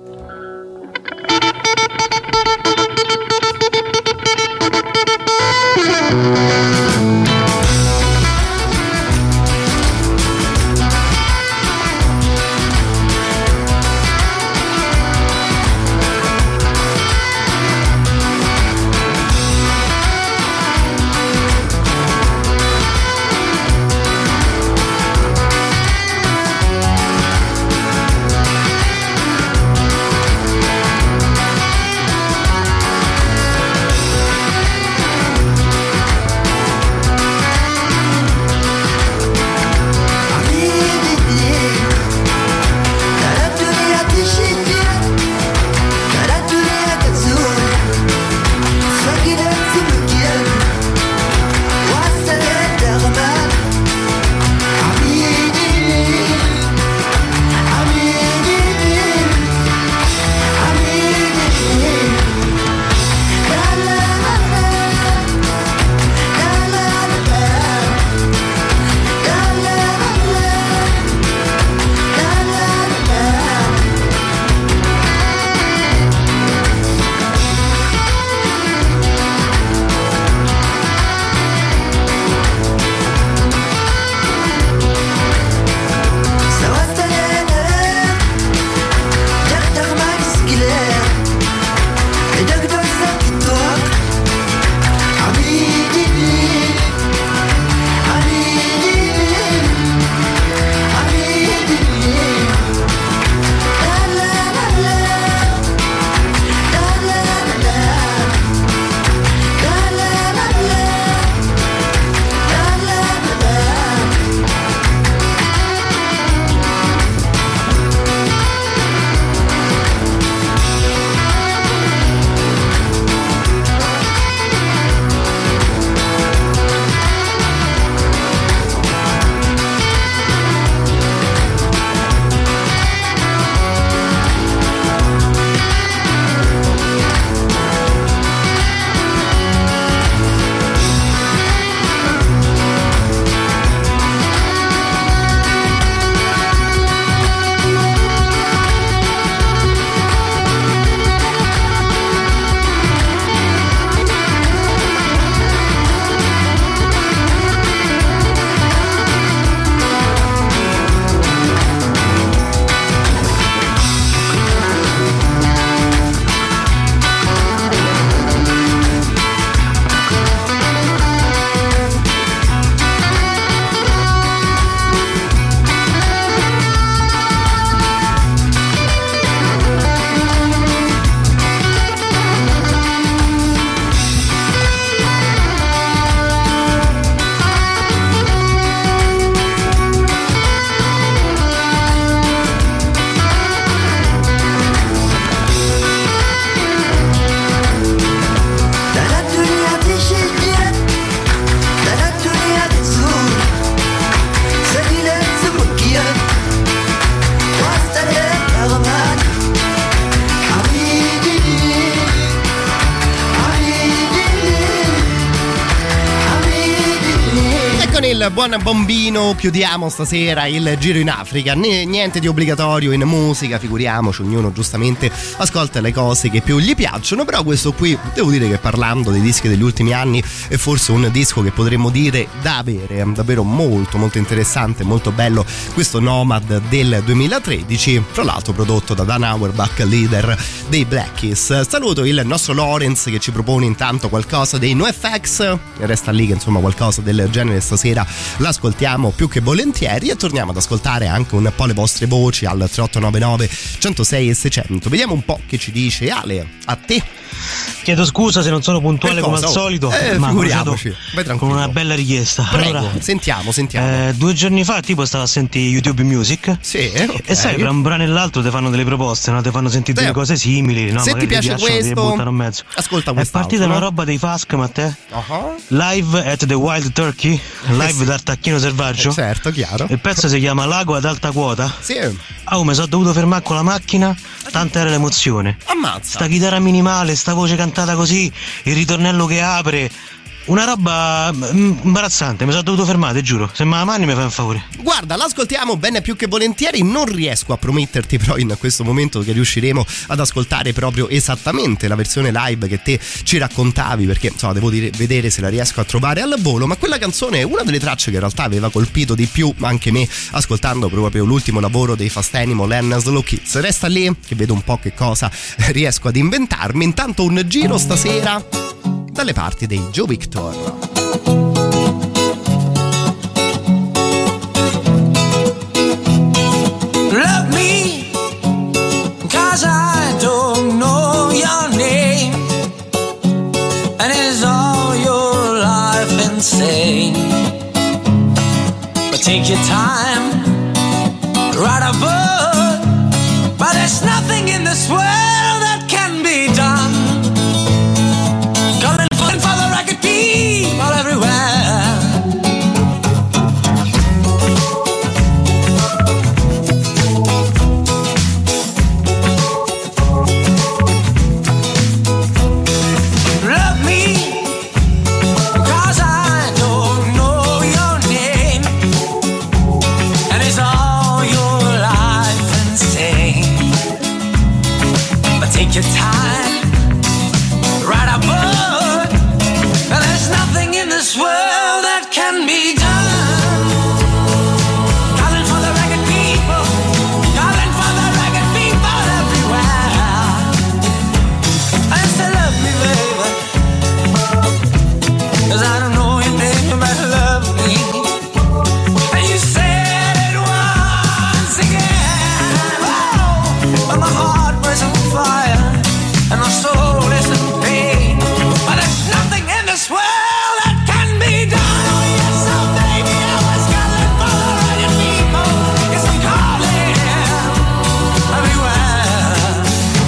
il buon Bombino chiudiamo stasera il giro in Africa. Niente di obbligatorio in musica, figuriamoci, ognuno giustamente ascolta le cose che più gli piacciono, però questo qui devo dire che, parlando dei dischi degli ultimi anni, è forse un disco che potremmo dire da avere, davvero molto molto interessante, molto bello, questo Nomad del 2013, tra l'altro prodotto da Dan Auerbach, leader dei Black Keys. Saluto il nostro Lorenz che ci propone intanto qualcosa dei NoFX, resta lì che insomma qualcosa del genere stasera l'ascoltiamo più che volentieri, e torniamo ad ascoltare anche un po' le vostre voci al 3899 106 e 600. Vediamo un po' che ci dice Ale. A te. Chiedo scusa se non sono puntuale come al solito, ma figuriamoci. con una bella richiesta. Prego, allora, sentiamo. 2 giorni fa tipo stavo a sentire YouTube Music. Sì, okay. E sai, tra un brano e l'altro ti fanno delle proposte, no? Ti fanno sentire delle cose simili, no? Se ti piace questo, ascolta questo. È partita una roba dei Fask, Matteo. Live at the Wild Turkey, live dal Tacchino Selvaggio. Certo, chiaro. Il pezzo si chiama Lago ad alta quota. Sì. Mi sono dovuto fermare con la macchina, tanta era l'emozione. Ammazza. Sta chitarra minimale, sta voce cantata così, il ritornello che apre. Una roba imbarazzante, mi sono dovuto fermare, giuro. Se me la mani mi fai un favore. Guarda, l'ascoltiamo bene più che volentieri. Non riesco a prometterti però in questo momento che riusciremo ad ascoltare proprio esattamente la versione live che te ci raccontavi, perché insomma devo vedere se la riesco a trovare al volo. Ma quella canzone è una delle tracce che in realtà aveva colpito di più anche me ascoltando proprio l'ultimo lavoro dei Fast Animal and Slow Kids. Resta lì che vedo un po' che cosa riesco ad inventarmi. Intanto un giro stasera dalle parti dei Joe Victor. Love me, 'cause I don't know your name, and is all your life insane? But take your time, write a book, but there's nothing in this world that can be done. For the ragged people everywhere. Love me, 'cause I don't know your name, and is all your life insane? But take your time, write a book. There's nothing in this world that can be done. Calling for the ragged people, calling for the ragged people everywhere. I still love me, baby, 'cause I don't know your name, you better love me. And you said it once again. Oh, but my heart was on fire and my soul is in pain. But there's nothing in this world that can be done. Oh yes, oh baby, I was calling for the ragged people. Yes, I'm calling everywhere.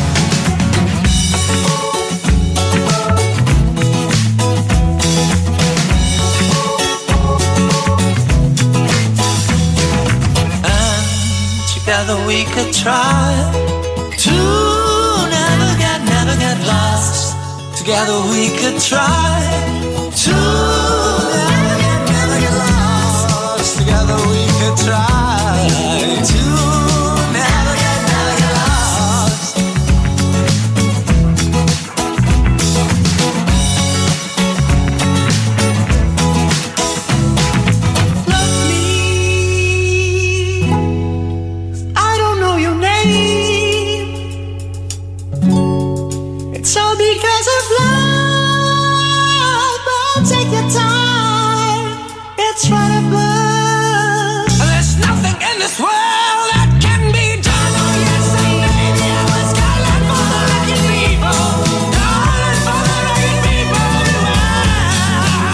And together we could try to never get lost. Together we could try to never get lost. Together we could try to never get lost. Love me, I don't know your name. It's all because of love, but take your time, it's right above. There's nothing in this world that can be done. Oh yes, baby, I was calling for the ragged people, calling for the ragged people everywhere.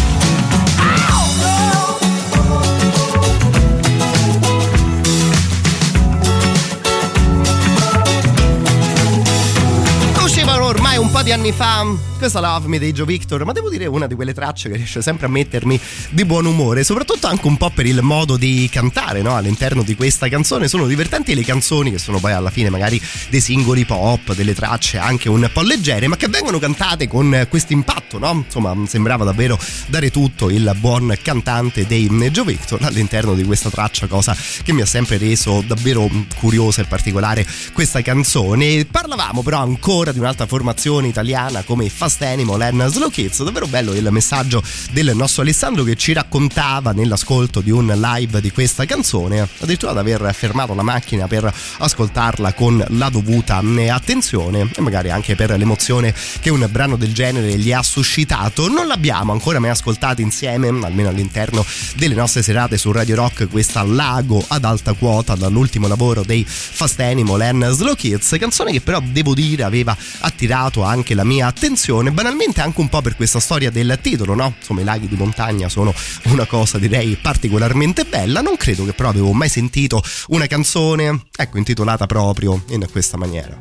Uscivano ormai un po' di anni fa questa Love Me dei Joe Victor, ma devo dire una di quelle tracce che riesce sempre a mettermi di buon umore, soprattutto anche un po' per il modo di cantare, no? All'interno di questa canzone sono divertenti le canzoni che sono poi alla fine magari dei singoli pop, delle tracce anche un po' leggere, ma che vengono cantate con questo impatto, no? Insomma, sembrava davvero dare tutto il buon cantante dei Joe Victor all'interno di questa traccia, cosa che mi ha sempre reso davvero curiosa e particolare questa canzone. Parlavamo però ancora di un'altra formazione italiana come Fast Animal and Slow Kids. Davvero bello il messaggio del nostro Alessandro che ci raccontava nell'ascolto di un live di questa canzone addirittura ad aver fermato la macchina per ascoltarla con la dovuta attenzione e magari anche per l'emozione che un brano del genere gli ha suscitato. Non l'abbiamo ancora mai ascoltato insieme, almeno all'interno delle nostre serate su Radio Rock, questa Lago ad alta quota dall'ultimo lavoro dei Fast Animal and Slow Kids, canzone che però devo dire aveva attirato anche anche la mia attenzione, banalmente anche un po' per questa storia del titolo, no? Insomma, i laghi di montagna sono una cosa, direi, particolarmente bella. Non credo che però avevo mai sentito una canzone, ecco, intitolata proprio in questa maniera.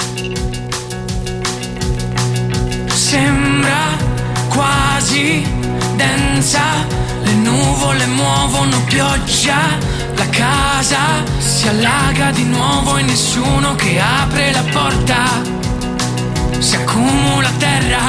Sembra quasi densa, le nuvole muovono pioggia, la casa si allaga di nuovo e nessuno che apre la porta, si accumula terra,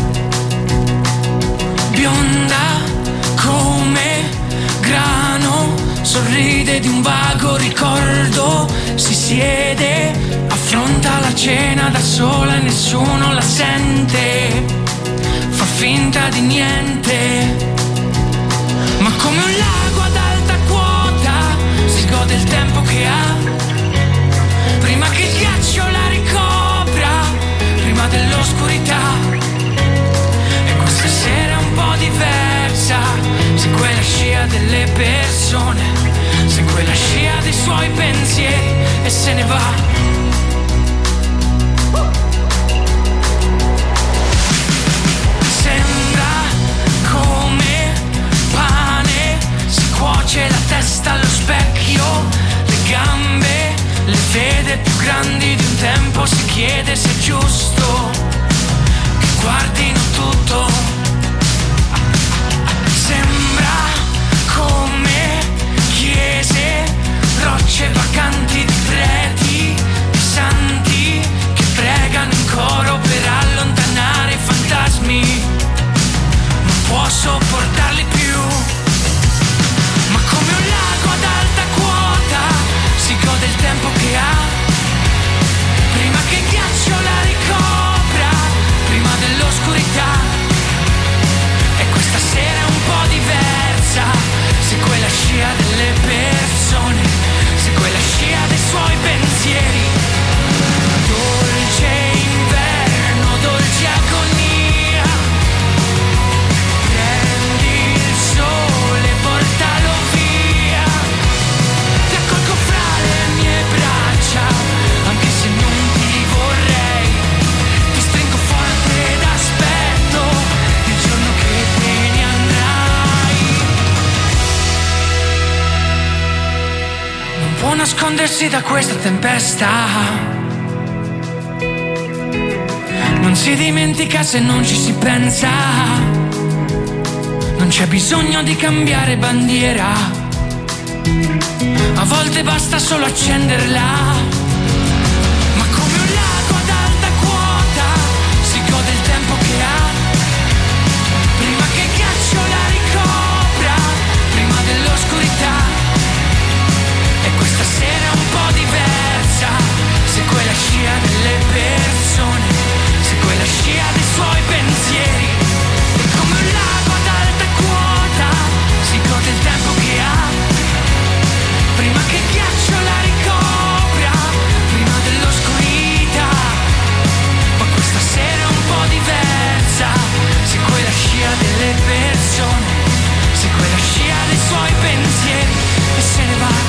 bionda come grano, sorride di un vago ricordo, si siede, affronta la cena da sola e nessuno la sente, fa finta di niente, ma come un lago ad alta quota si gode il tempo che ha, prima che il ghiaccio la ricopra, prima dell'oscurità, e questa sera è un po' diversa, segue la scia delle persone, segue la scia dei suoi pensieri e se ne va. Cuoce la testa allo specchio, le gambe, le vede più grandi di un tempo, si chiede se è giusto che guardino tutto. Sembra come chiese, rocce vacanti di preti, di santi che pregano in coro per allontanare i fantasmi, non può sopportarli più. Come un lago ad alta quota si gode il tempo che ha, prima che il ghiaccio la ricopra, prima dell'oscurità, e questa sera è un po' diversa, segue la scia delle persone, segue la scia dei suoi pensieri, dolce inverno, dolce agonia, prendi il sole, portalo via, ti accolgo fra le mie braccia, anche se non ti vorrei, ti stringo forte ed aspetto il giorno che te ne andrai. Non può nascondersi da questa tempesta, non si dimentica se non ci si pensa, non c'è bisogno di cambiare bandiera, a volte basta solo accenderla, ma come un lago ad alta quota si gode il tempo che ha, prima che il ghiaccio la ricopra, prima dell'oscurità, e questa sera è un po' diversa, segue la scia delle persone, segue la scia dei suoi pensieri, e come un lago ad alta quota si gode il tempo che ha, prima che il ghiaccio la ricopra, prima dell'oscurità, ma questa sera è un po' diversa, segue la scia delle persone, segue la scia dei suoi pensieri e se ne va.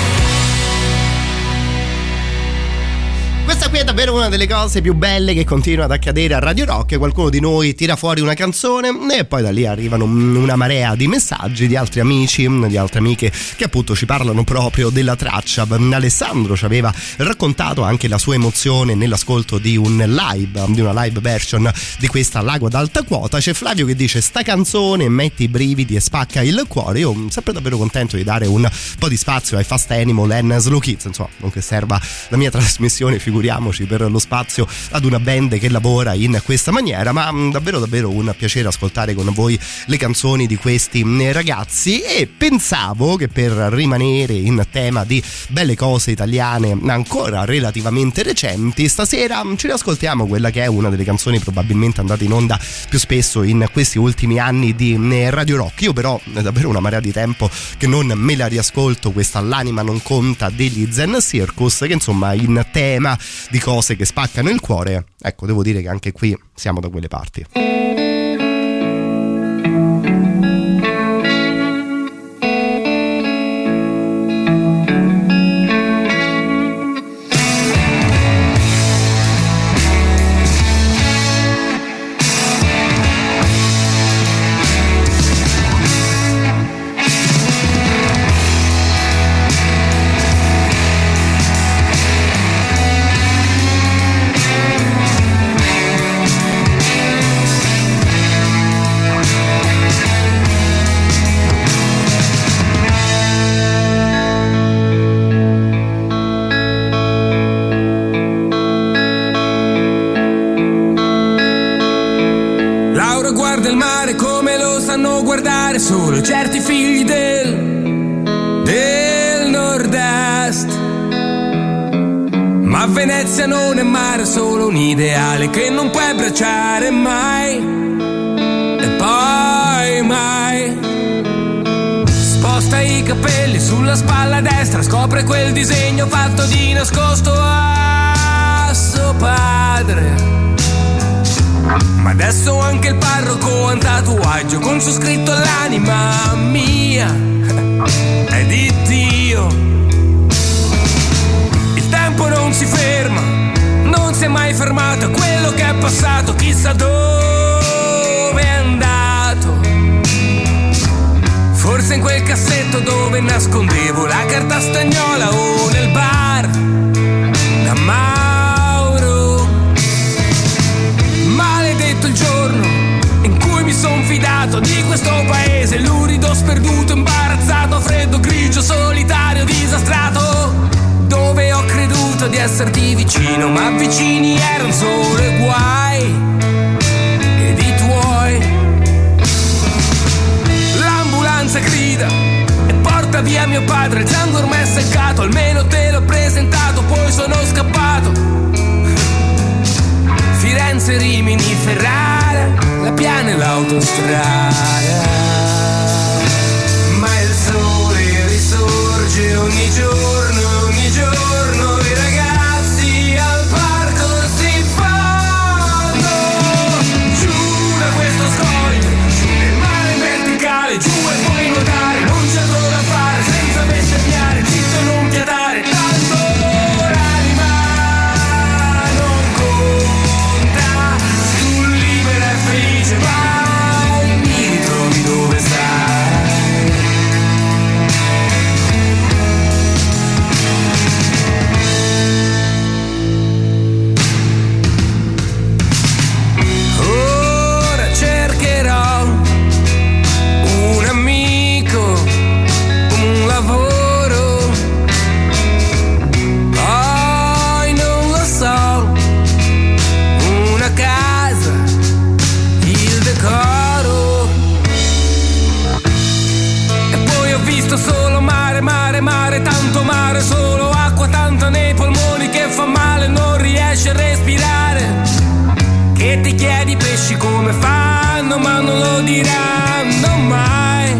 Questa qui è davvero una delle cose più belle che continua ad accadere a Radio Rock. Qualcuno di noi tira fuori una canzone e poi da lì arrivano una marea di messaggi di altri amici, di altre amiche che appunto ci parlano proprio della traccia. Alessandro ci aveva raccontato anche la sua emozione nell'ascolto di una live version di questa Lago ad alta quota. C'è Flavio che dice: sta canzone metti i brividi e spacca il cuore. Io sono sempre davvero contento di dare un po' di spazio ai Fast Animal and Slow Kids, insomma, non che serva la mia trasmissione, figuriamoci per lo spazio ad una band che lavora in questa maniera, ma davvero un piacere ascoltare con voi le canzoni di questi ragazzi. E pensavo che per rimanere in tema di belle cose italiane ancora relativamente recenti, stasera ci riascoltiamo quella che è una delle canzoni probabilmente andate in onda più spesso in questi ultimi anni di Radio Rock. Io però è davvero una marea di tempo che non me la riascolto, questa L'anima non conta degli Zen Circus, che insomma in tema di cose che spaccano il cuore, ecco, devo dire che anche qui siamo da quelle parti. guarda il mare come lo sanno guardare solo certi figli del nord-est. Ma Venezia non è mare, è solo un ideale che non puoi abbracciare mai. E poi mai. Sposta i capelli sulla spalla destra, scopre quel disegno fatto di nascosto a suo padre. Ma adesso anche il parroco ha un tatuaggio con su scritto l'anima mia è di Dio. Il tempo non si ferma, non si è mai fermato, quello che è passato chissà dove è andato. Forse in quel cassetto dove nascondevo la carta stagnola o nel bar da Mauro. Maledetto il giorno in cui mi son fidato di questo paese, lurido, sperduto, imbarazzato, freddo, grigio, solitario, disastrato, dove ho creduto di esserti vicino, ma vicini erano solo i guai ed i tuoi. L'ambulanza grida e porta via mio padre, il sangue ormai è seccato, almeno te l'ho presentato, poi sono scappato. Firenze, Rimini, Ferrara, la Piana e l'autostrada. Ma il sole risorge ogni giorno i ragazzi al parco si fanno. Giù da questo scoglio, giù nel mare in verticale, giù e puoi nuotare, non c'è altro da fare, senza bestemmiare, zitto non piatare, tanto l'anima non conta, tu libera e felice vai, mi ritrovi dove stai. Ora cercherò un amico, un lavoro, poi non lo so, una casa, il decoro. E poi ho visto solo mare, mare, mare, tanto mare, solo acqua, tanta nei polmoni che fa male, non riesci a respirare. Che ti chiedi pesci come fanno, ma non lo diranno mai,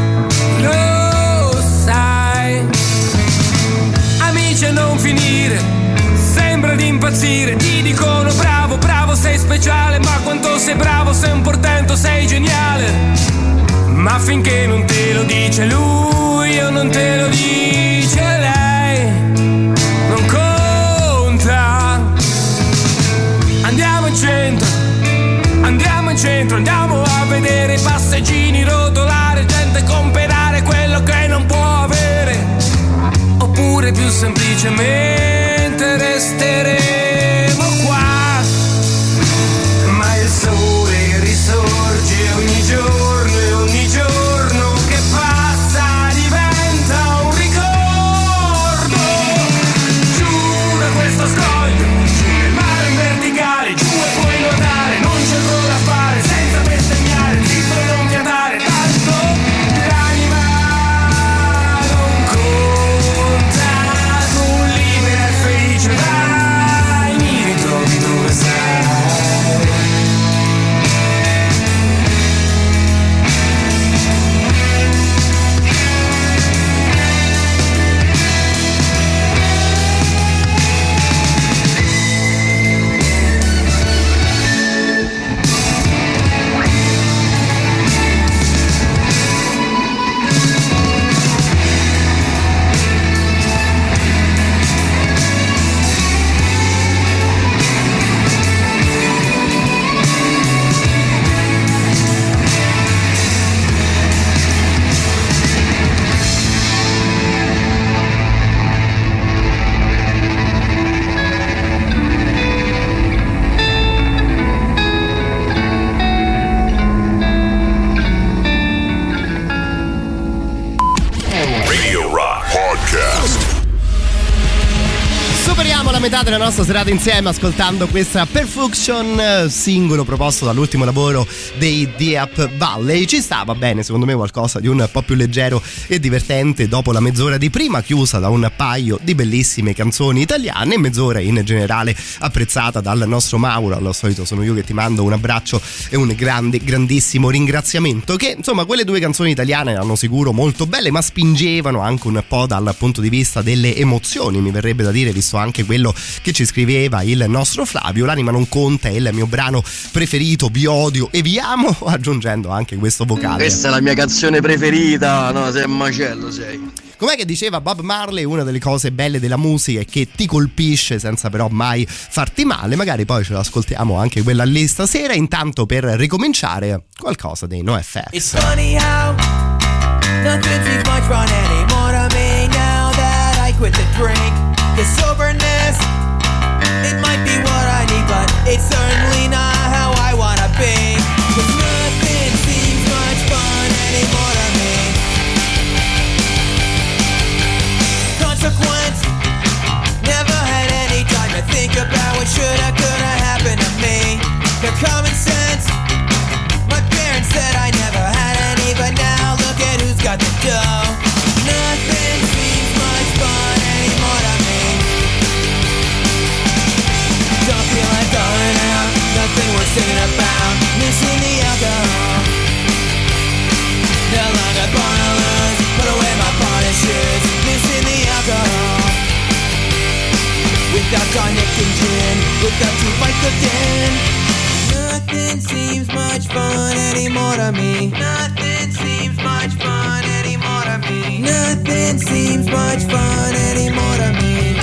lo sai. Amici a non finire, sembra di impazzire, ti dicono bravo, bravo, sei speciale, ma quanto sei bravo, sei un portento, sei geniale. Ma finché non te lo dice lui o non te lo dice lei, non conta. Andiamo in centro, andiamo in centro, andiamo a vedere i passeggini rotolare, gente comprare quello che non può avere, oppure più semplicemente resteremo qua. Ma il sole risorge ogni giorno e ogni giorno che passa diventa un ricordo. Giù da questo scoglio, giù nel mare in verticale, giù e puoi nuotare, non c'è altro da fare, senza bestemmiare, zitto non piatare, tanto metà della nostra serata insieme ascoltando questa Perfection, singolo proposto dall'ultimo lavoro dei Deep Valley. Ci stava bene, secondo me, qualcosa di un po' più leggero e divertente dopo la mezz'ora di prima, chiusa da un paio di bellissime canzoni italiane, mezz'ora in generale apprezzata dal nostro Mauro. Al solito sono io che ti mando un abbraccio e un grandissimo ringraziamento, che insomma quelle due canzoni italiane erano sicuro molto belle, ma spingevano anche un po' dal punto di vista delle emozioni, mi verrebbe da dire, visto anche quello che ci scriveva il nostro Flavio. L'anima non conta è il mio brano preferito, vi odio e vi amo, aggiungendo anche questo vocale. Questa è la mia canzone preferita, no, sei un macello, sei. Com'è che diceva Bob Marley, una delle cose belle della musica è che ti colpisce senza però mai farti male. Magari poi ce l'ascoltiamo anche quella lì stasera. Intanto, per ricominciare, qualcosa dei NoFX. It's funny how nothing seems much fun anymore to me now that I quit the drink. The soberness, it might be what I need, but it's certainly not how I wanna be. 'Cause nothing seems much fun anymore to me. Consequence, never had any time to think about what shoulda, coulda happened to me. The common sense, my parents said I never had any, but now look at who's got the dough. Nothing seems much fun anymore to me. Don't feel like going out, nothing worth singing about. Missing the alcohol, no longer born to lose. Put away my bonnet shoes, missing the alcohol. Without tonic and gin, without 2 bites of din. Nothing seems much fun anymore to me. Nothing seems much fun anymore to me. Nothing seems much fun anymore to me.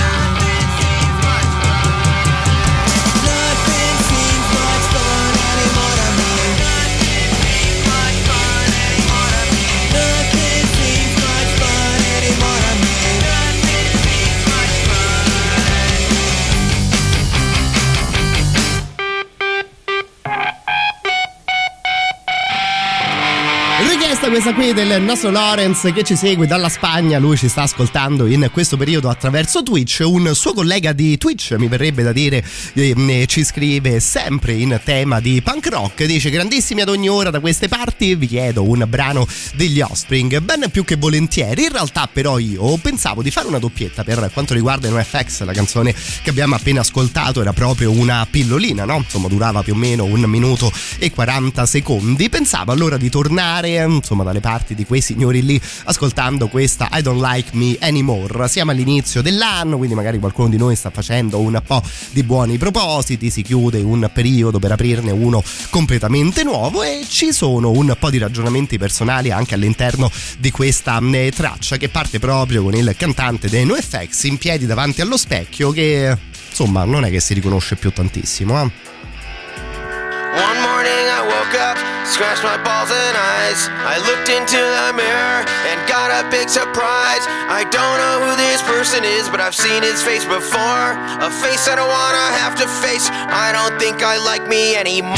Questa qui del nostro Lorenz che ci segue dalla Spagna. Lui ci sta ascoltando in questo periodo attraverso Twitch. Un suo collega di Twitch, mi verrebbe da dire, ci scrive sempre in tema di punk rock. Dice: grandissimi ad ogni ora da queste parti, vi chiedo un brano degli Offspring. Ben più che volentieri. In realtà però io pensavo di fare una doppietta per quanto riguarda i NoFX. La canzone che abbiamo appena ascoltato era proprio una pillolina, no? Insomma, durava più o meno 1 minuto e 40 secondi. Pensavo allora di tornare, insomma, dalle parti di quei signori lì, ascoltando questa I Don't Like Me Anymore. Siamo all'inizio dell'anno, quindi magari qualcuno di noi sta facendo un po' di buoni propositi, si chiude un periodo per aprirne uno completamente nuovo, e ci sono un po' di ragionamenti personali anche all'interno di questa traccia, che parte proprio con il cantante dei NoFX in piedi davanti allo specchio, che insomma non è che si riconosce più tantissimo, eh? One morning I woke up, scratched my balls and eyes. I looked into the mirror and got a big surprise. I don't know who this person is, but I've seen his face before. A face I don't wanna have to face. I don't think I like me anymore.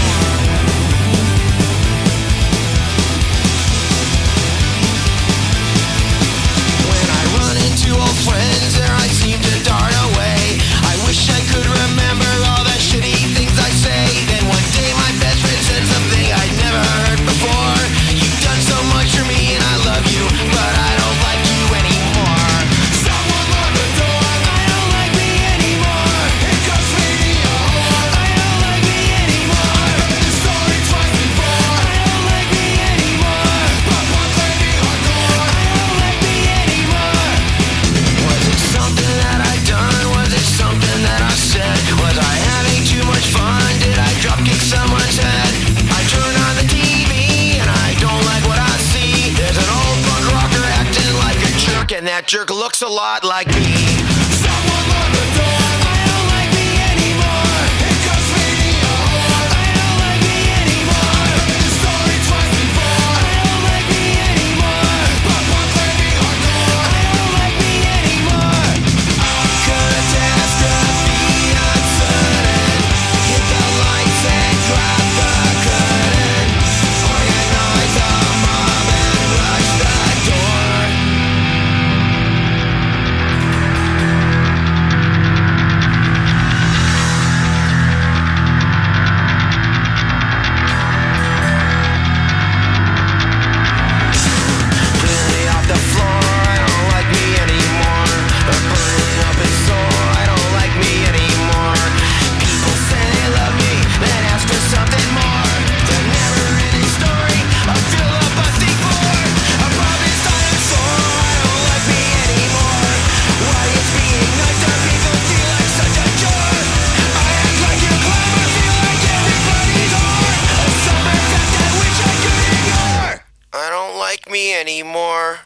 When I run into old friends, there I seem to dart away. I wish I could remember all the shitty things I say. Then one day my best friend said something I'd never heard before. You've done so much for me and I love you, but I don't like you anymore. Someone lock the door. I don't like me anymore. It cuts me a hole. I don't like me anymore. I heard the story twice before. I don't like me anymore. But one lady hardcore. I don't like me anymore. Was it something that I done? Was it something that I said? Was I having too much fun? Did I dropkick someone's head? I turn on the TV and I don't like what I see. There's an old punk rocker acting like a jerk, and that jerk looks a lot like me. Someone lock the door. I don't like me anymore. It cuts me a hole. I don't like me anymore. I heard the story twice before. I don't like me anymore. But one lady hardcore. I don't like me anymore. Catastrophe uncertain. Hit the lights and drop the curtain. Organize a mob and rush the door. me anymore.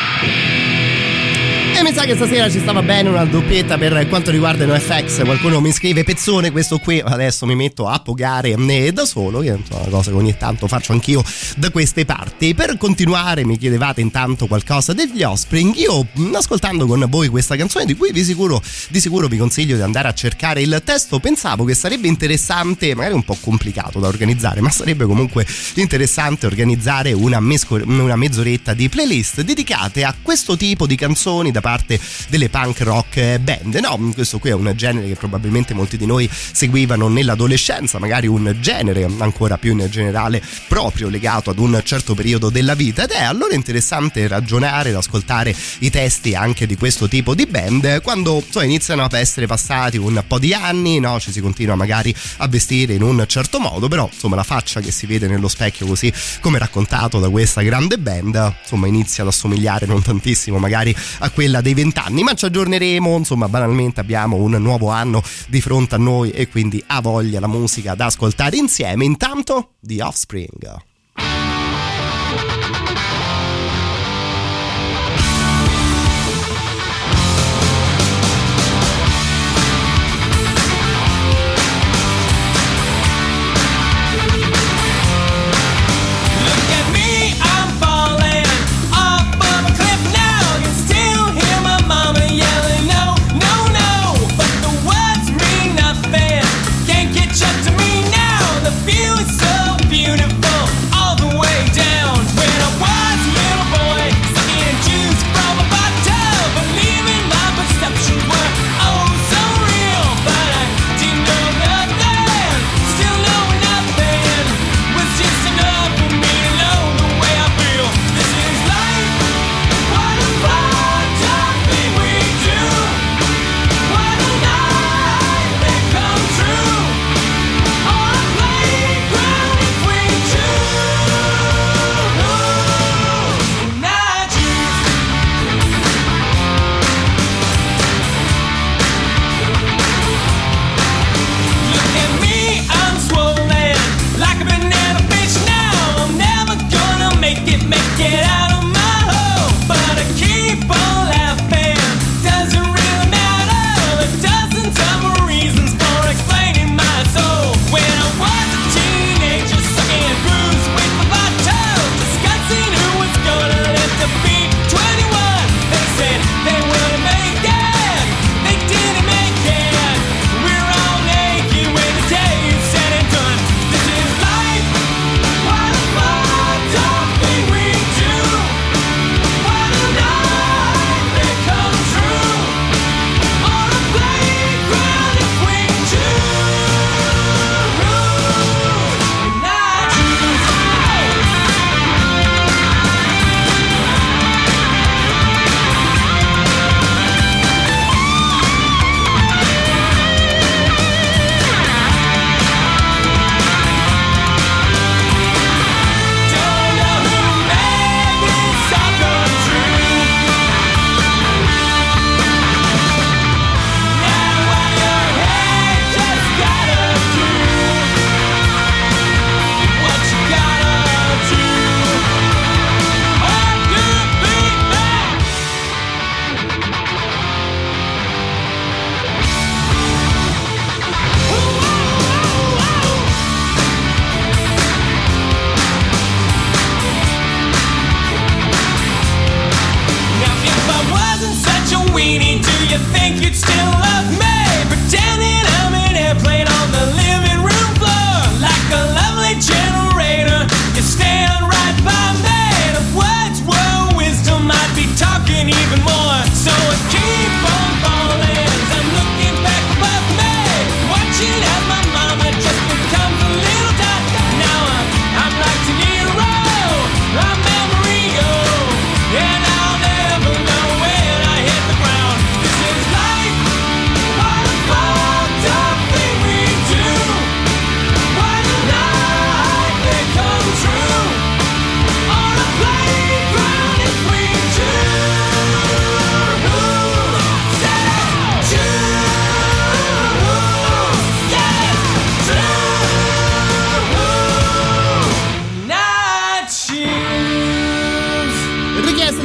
E mi sa che stasera ci stava bene una doppietta per quanto riguarda i NoFX. Qualcuno mi scrive: pezzone questo qui, adesso mi metto a pogare da solo, che è una cosa che ogni tanto faccio anch'io da queste parti. Per continuare mi chiedevate intanto qualcosa degli Offspring. Io, ascoltando con voi questa canzone, di cui di sicuro vi consiglio di andare a cercare il testo, pensavo che sarebbe interessante, magari un po' complicato da organizzare, ma sarebbe comunque interessante organizzare una mezz'oretta di playlist dedicate a questo tipo di canzoni da parte delle punk rock band. No, questo qui è un genere che probabilmente molti di noi seguivano nell'adolescenza, magari un genere ancora più in generale proprio legato ad un certo periodo della vita, ed è allora interessante ragionare ed ascoltare i testi anche di questo tipo di band quando iniziano a essere passati un po' di anni, no? Ci si continua magari a vestire in un certo modo, però insomma la faccia che si vede nello specchio, così come raccontato da questa grande band, insomma inizia ad assomigliare non tantissimo magari a quella dei 20 anni, ma ci aggiorneremo, insomma banalmente abbiamo un nuovo anno di fronte a noi e quindi ha voglia la musica da ascoltare insieme. Intanto The Offspring. Beautiful all the way down. When I was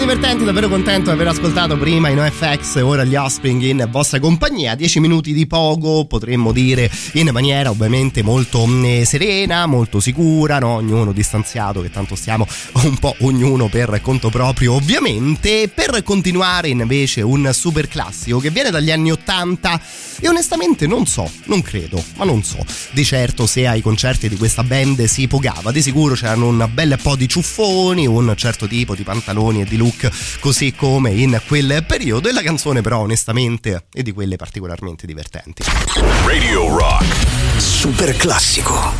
divertenti, davvero contento di aver ascoltato prima i NoFX e ora gli Offspring in vostra compagnia. 10 minuti di pogo, potremmo dire, in maniera ovviamente molto serena, molto sicura, no? Ognuno distanziato, che tanto stiamo un po' ognuno per conto proprio ovviamente. Per continuare invece un super classico che viene dagli anni 80 e onestamente non so, non credo, ma non so di certo se ai concerti di questa band si pogava. Di sicuro c'erano un bel po' di ciuffoni, un certo tipo di pantaloni e di look così come in quel periodo, e la canzone però onestamente è di quelle particolarmente divertenti. Radio Rock Super classico.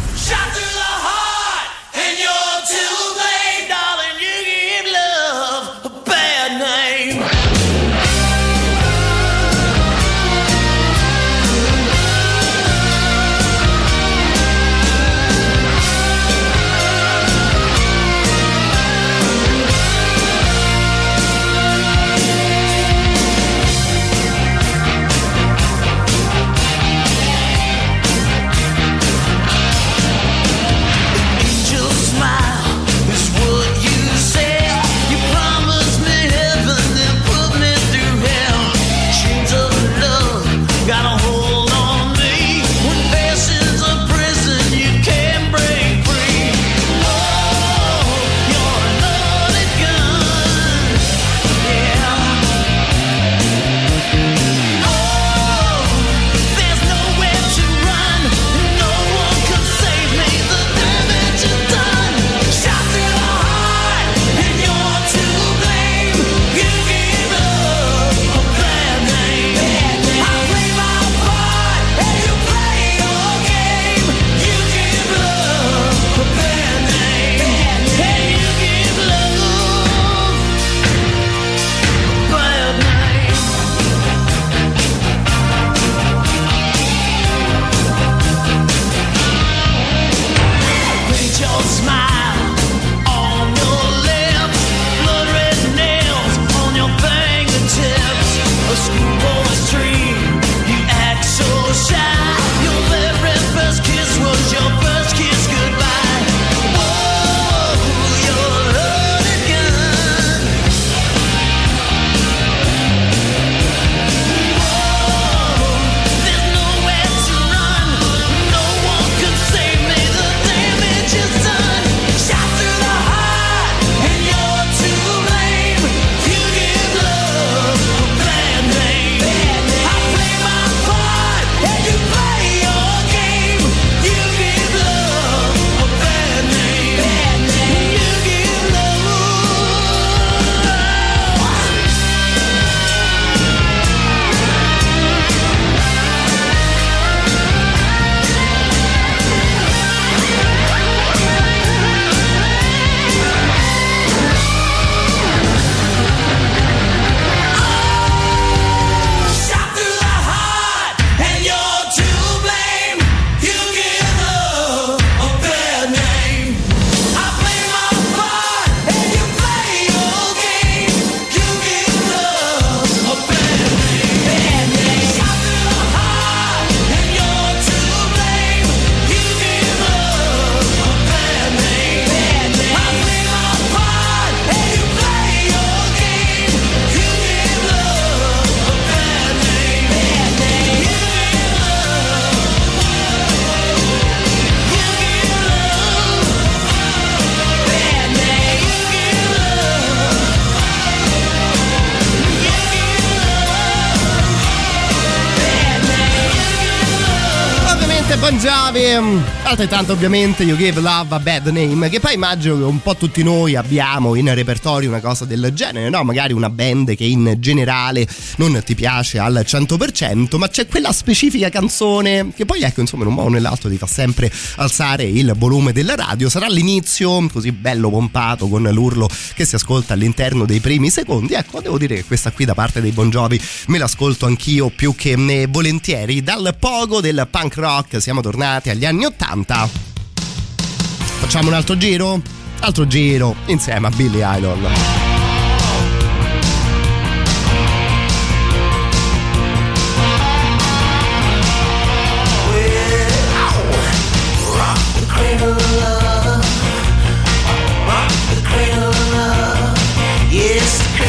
Bon Jovi, altrettanto ovviamente You Give Love a Bad Name, che poi immagino che un po' tutti noi abbiamo in repertorio una cosa del genere, no? Magari una band che in generale non ti piace al 100%, ma c'è quella specifica canzone che poi, ecco, insomma, in un modo o nell'altro ti fa sempre alzare il volume della radio. Sarà l'inizio così bello pompato con l'urlo che si ascolta all'interno dei primi secondi. Ecco, devo dire che questa qui da parte dei Bon Jovi me l'ascolto anch'io più che volentieri. Dal pogo del punk rock siamo tornati agli anni 80. Facciamo un altro giro? Altro giro insieme a Billy Idol. Yes,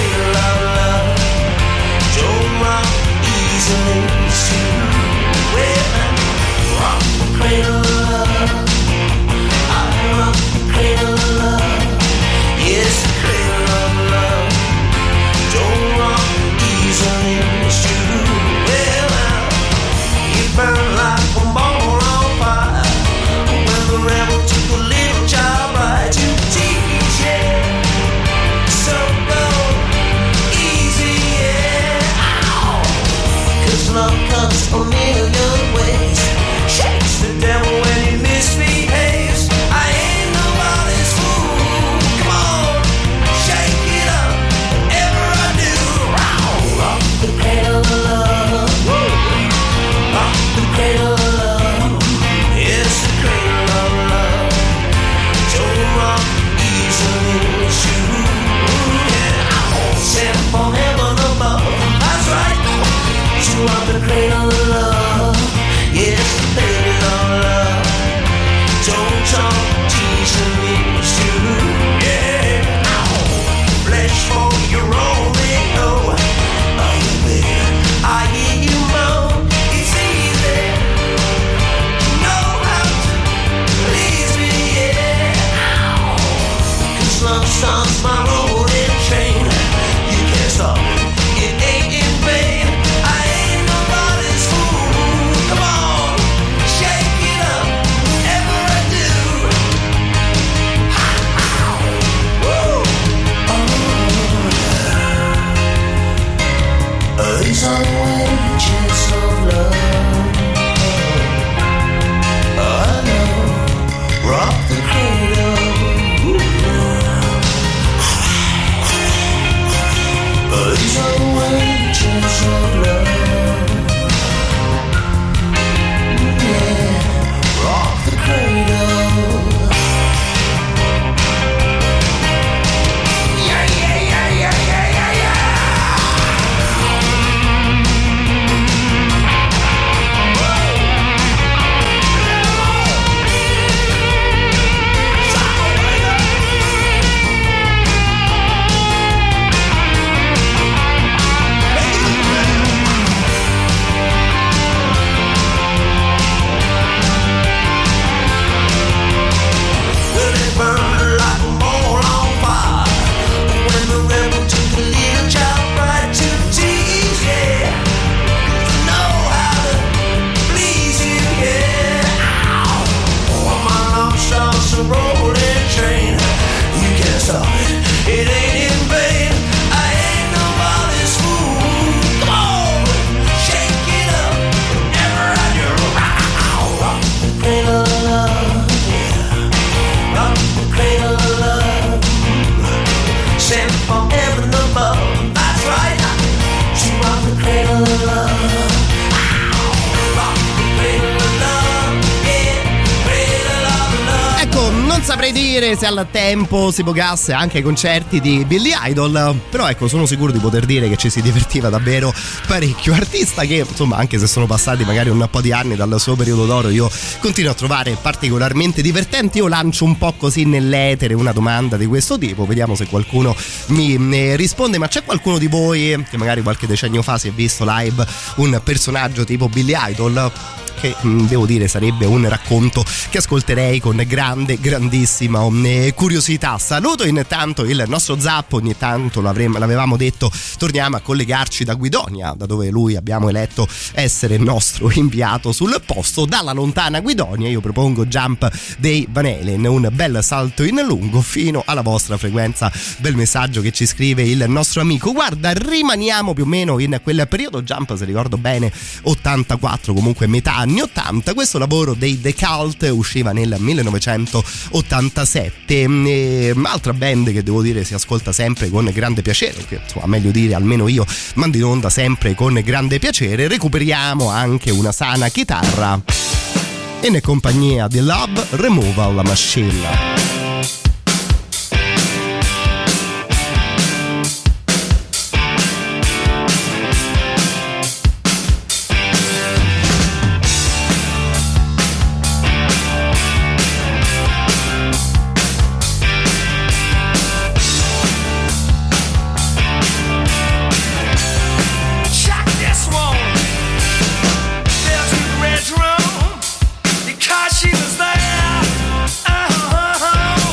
love song's my rolling train. You can't stop it, it ain't in vain. I ain't nobody's fool. Come on, shake it up, whatever I do. Woo! Oh, these are the wages of love. I know, rock the cradle. These are the wages of love. Yeah, rock the cradle. Yeah, yeah, yeah, yeah, yeah, yeah, yeah. It ain't in vain. I ain't nobody's fool. Come on, shake it up, whenever I do. Rock the cradle of love, yeah. Rock the cradle of love. Sent from heaven above. That's right. She rock the cradle of love. Rock the cradle of love, yeah. Cradle of love. Ecco, non saprei dire se al tempo si pogasse anche ai concerti di Billy Idol, però ecco, sono sicuro di poter dire che ci si divertiva davvero parecchio. Artista che, insomma, anche se sono passati magari un po' di anni dal suo periodo d'oro, io continuo a trovare particolarmente divertente. Io lancio un po' così nell'etere una domanda di questo tipo, vediamo se qualcuno mi risponde. Ma c'è qualcuno di voi che magari qualche decennio fa si è visto live un personaggio tipo Billy Idol? Che devo dire sarebbe un racconto che ascolterei con grandissima curiosità. Saluto intanto il nostro Zap, ogni tanto l'avevamo detto, torniamo a collegarci da Guidonia, da dove lui abbiamo eletto essere il nostro inviato sul posto. Dalla lontana Guidonia io propongo Jump dei Van Halen, un bel salto in lungo fino alla vostra frequenza. Bel messaggio che ci scrive il nostro amico. Guarda, rimaniamo più o meno in quel periodo, Jump se ricordo bene 84, comunque metà anni 80. Questo lavoro dei The Cult usciva nel 1987. Altra band che devo dire si ascolta sempre con grande piacere, che insomma meglio dire almeno io mando in onda sempre con grande piacere. Recuperiamo anche una sana chitarra in compagnia di Love Removal Machine. She was there,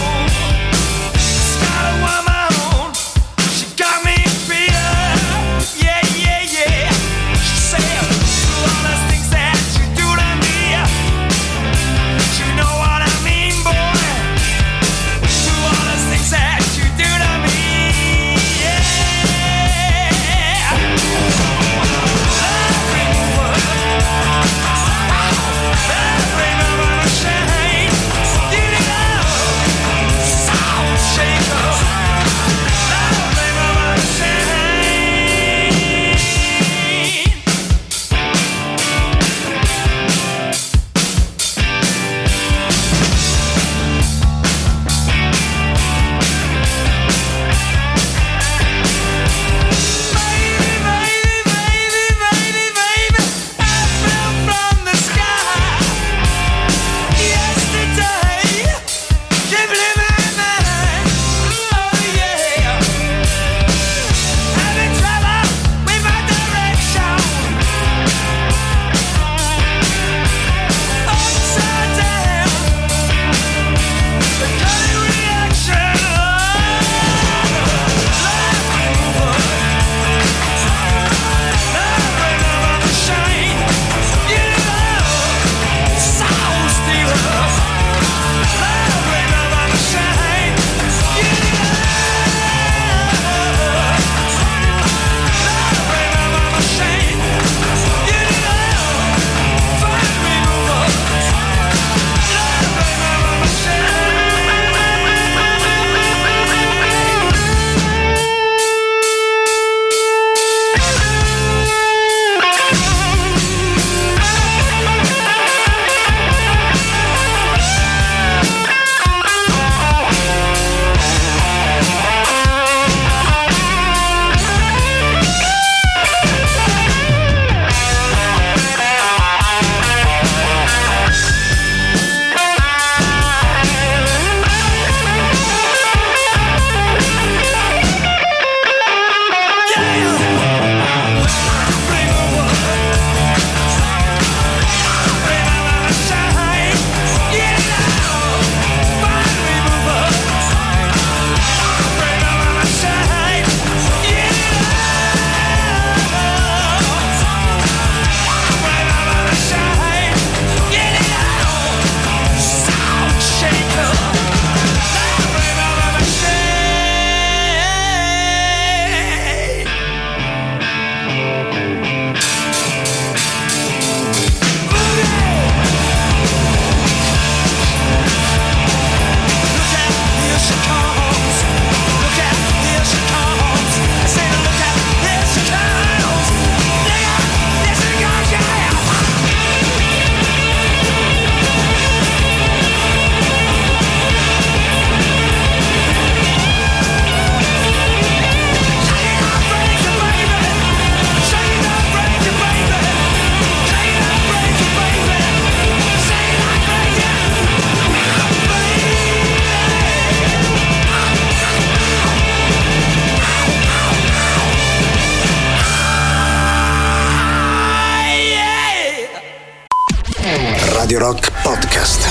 Radio Rock Podcast.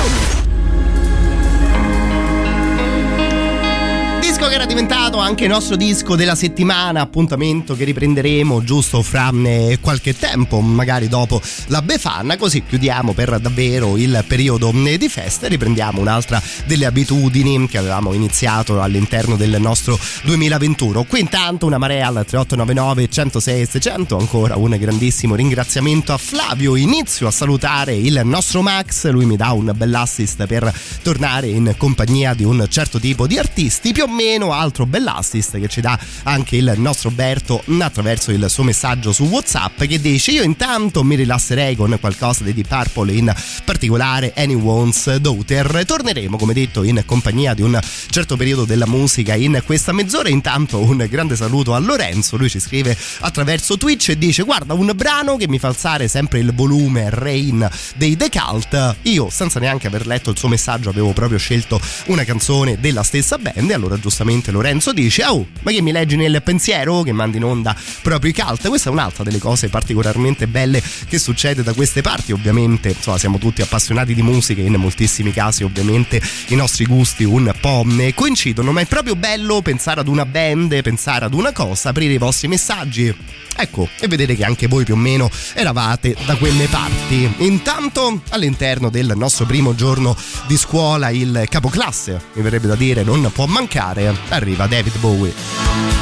Disco che era diventato anche il nostro disco della settimana, appuntamento che riprenderemo giusto fra qualche tempo, magari dopo la Befana, così chiudiamo per davvero il periodo di festa e riprendiamo un'altra delle abitudini che avevamo iniziato all'interno del nostro 2021. Qui intanto una marea al 3899 106 600, ancora un grandissimo ringraziamento a Flavio. Inizio a salutare il nostro Max, lui mi dà un bell'assist per tornare in compagnia di un certo tipo di artisti, più o meno altro bell'assist che ci dà anche il nostro Berto attraverso il suo messaggio su WhatsApp, che dice: io intanto mi rilasserei con qualcosa di Deep Purple, in particolare Anyone's Daughter. Torneremo, come detto, in compagnia di un certo periodo della musica in questa mezz'ora. Intanto un grande saluto a Lorenzo, lui ci scrive attraverso Twitch e dice: guarda, un brano che mi fa alzare sempre il volume, Rain dei The Cult. Io, senza neanche aver letto il suo messaggio, avevo proprio scelto una canzone della stessa band, e allora giustamente Lorenzo dice: oh, ma che mi leggi nel pensiero che mandi in onda proprio i Cult? Questa è un'altra delle cose particolarmente belle che succede da queste parti. Ovviamente, insomma, siamo tutti appassionati di musica e in moltissimi casi ovviamente i nostri gusti un po' coincidono, ma è proprio bello pensare ad una band, pensare ad una cosa, aprire i vostri messaggi, ecco, e vedere che anche voi più o meno eravate da quelle parti. Intanto all'interno del nostro primo giorno di scuola il capoclasse, mi verrebbe da dire, non può mancare. Arriva David Bowie.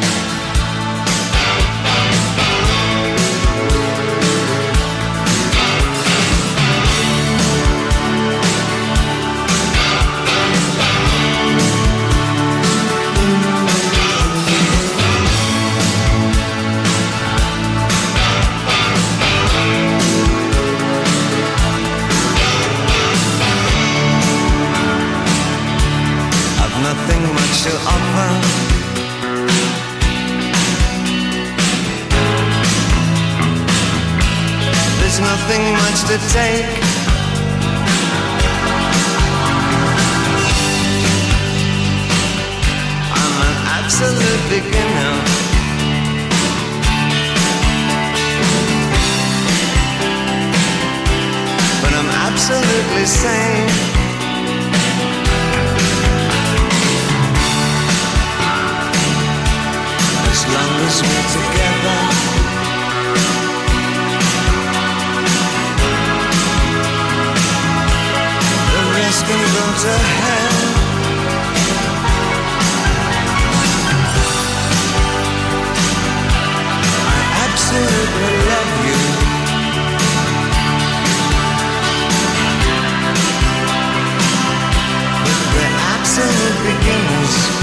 To offer, there's nothing much to take. I'm an absolute beginner, but I'm absolutely sane. As long as we're together, the rest can go to hell. I absolutely love you, but we're absolute beginners.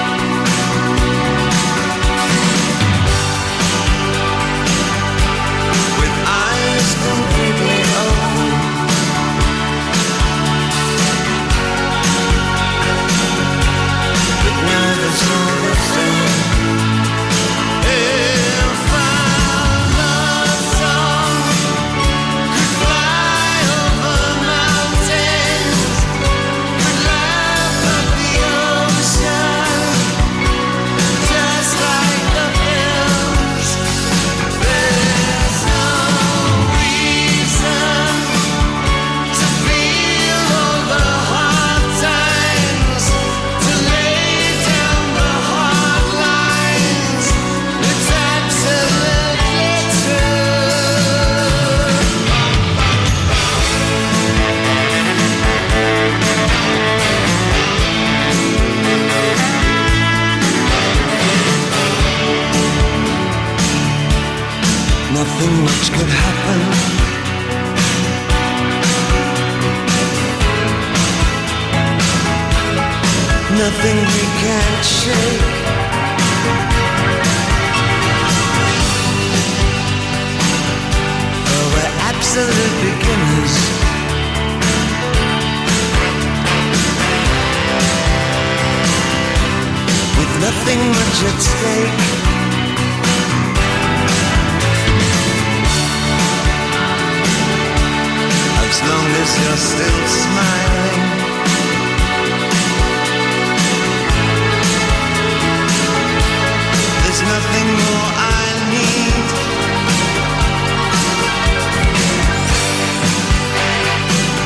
Completely open, but now there's no return. If our love song could fly over mountains, could laugh at the ocean, just like the hills, there's no reason to feel all the hard times, to lay down the hard lines. It's absolutely true. Nothing much could happen. Nothing we can't shake. Oh, we're absolute beginners. With nothing much at stake. As long as you're still smiling, there's nothing more I need.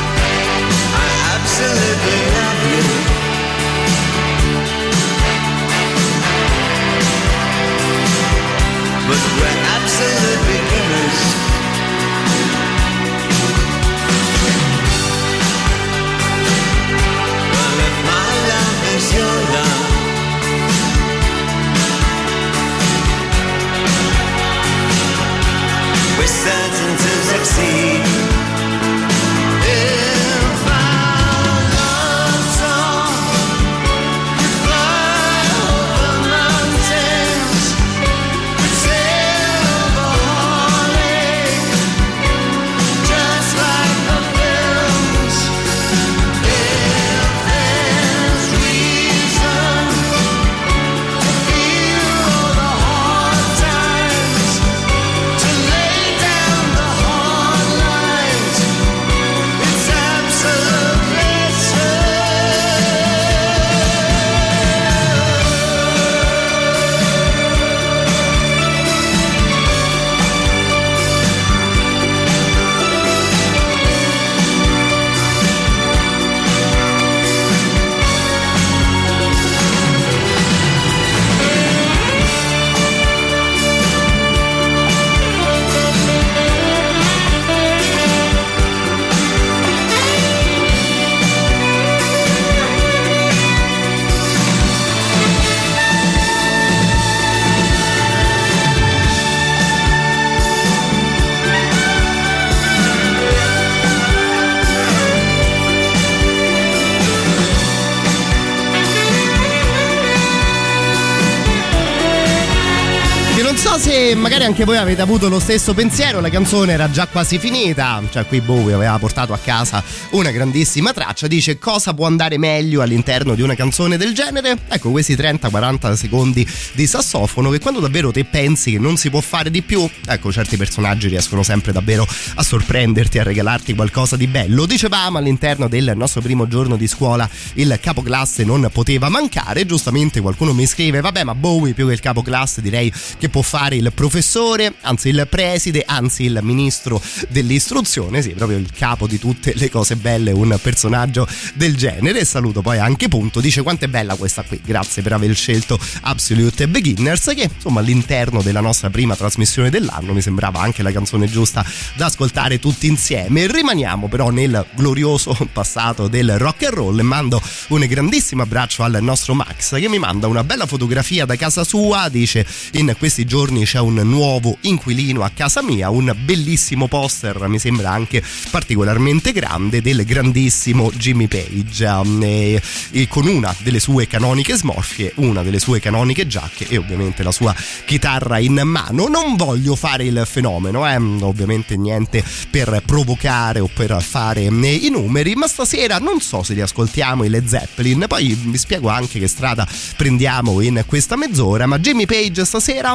so se magari anche voi avete avuto lo stesso pensiero, la canzone era già quasi finita, cioè qui Bowie aveva portato a casa una grandissima traccia. Dice: cosa può andare meglio all'interno di una canzone del genere? Ecco, questi 30-40 secondi di sassofono che quando davvero te pensi che non si può fare di più, ecco, certi personaggi riescono sempre davvero a sorprenderti, a regalarti qualcosa di bello. Dicevamo, all'interno del nostro primo giorno di scuola il capoclasse non poteva mancare. Giustamente qualcuno mi scrive: vabbè, ma Bowie più che il capoclasse direi che può fare il professore, anzi il preside, anzi il ministro dell'istruzione. Sì, proprio il capo di tutte le cose belle, un personaggio del genere. E saluto poi anche Punto, dice: quanto è bella questa qui, grazie per aver scelto Absolute Beginners, che insomma all'interno della nostra prima trasmissione dell'anno mi sembrava anche la canzone giusta da ascoltare tutti insieme. Rimaniamo però nel glorioso passato del rock and roll e mando un grandissimo abbraccio al nostro Max, che mi manda una bella fotografia da casa sua. Dice: in questi giorni c'è un nuovo inquilino a casa mia, un bellissimo poster, mi sembra anche particolarmente grande, del grandissimo Jimmy Page, e con una delle sue canoniche smorfie, una delle sue canoniche giacche e ovviamente la sua chitarra in mano. Non voglio fare il fenomeno, ovviamente niente per provocare o per fare i numeri, ma stasera non so se li ascoltiamo i Led Zeppelin, poi vi spiego anche che strada prendiamo in questa mezz'ora, ma Jimmy Page stasera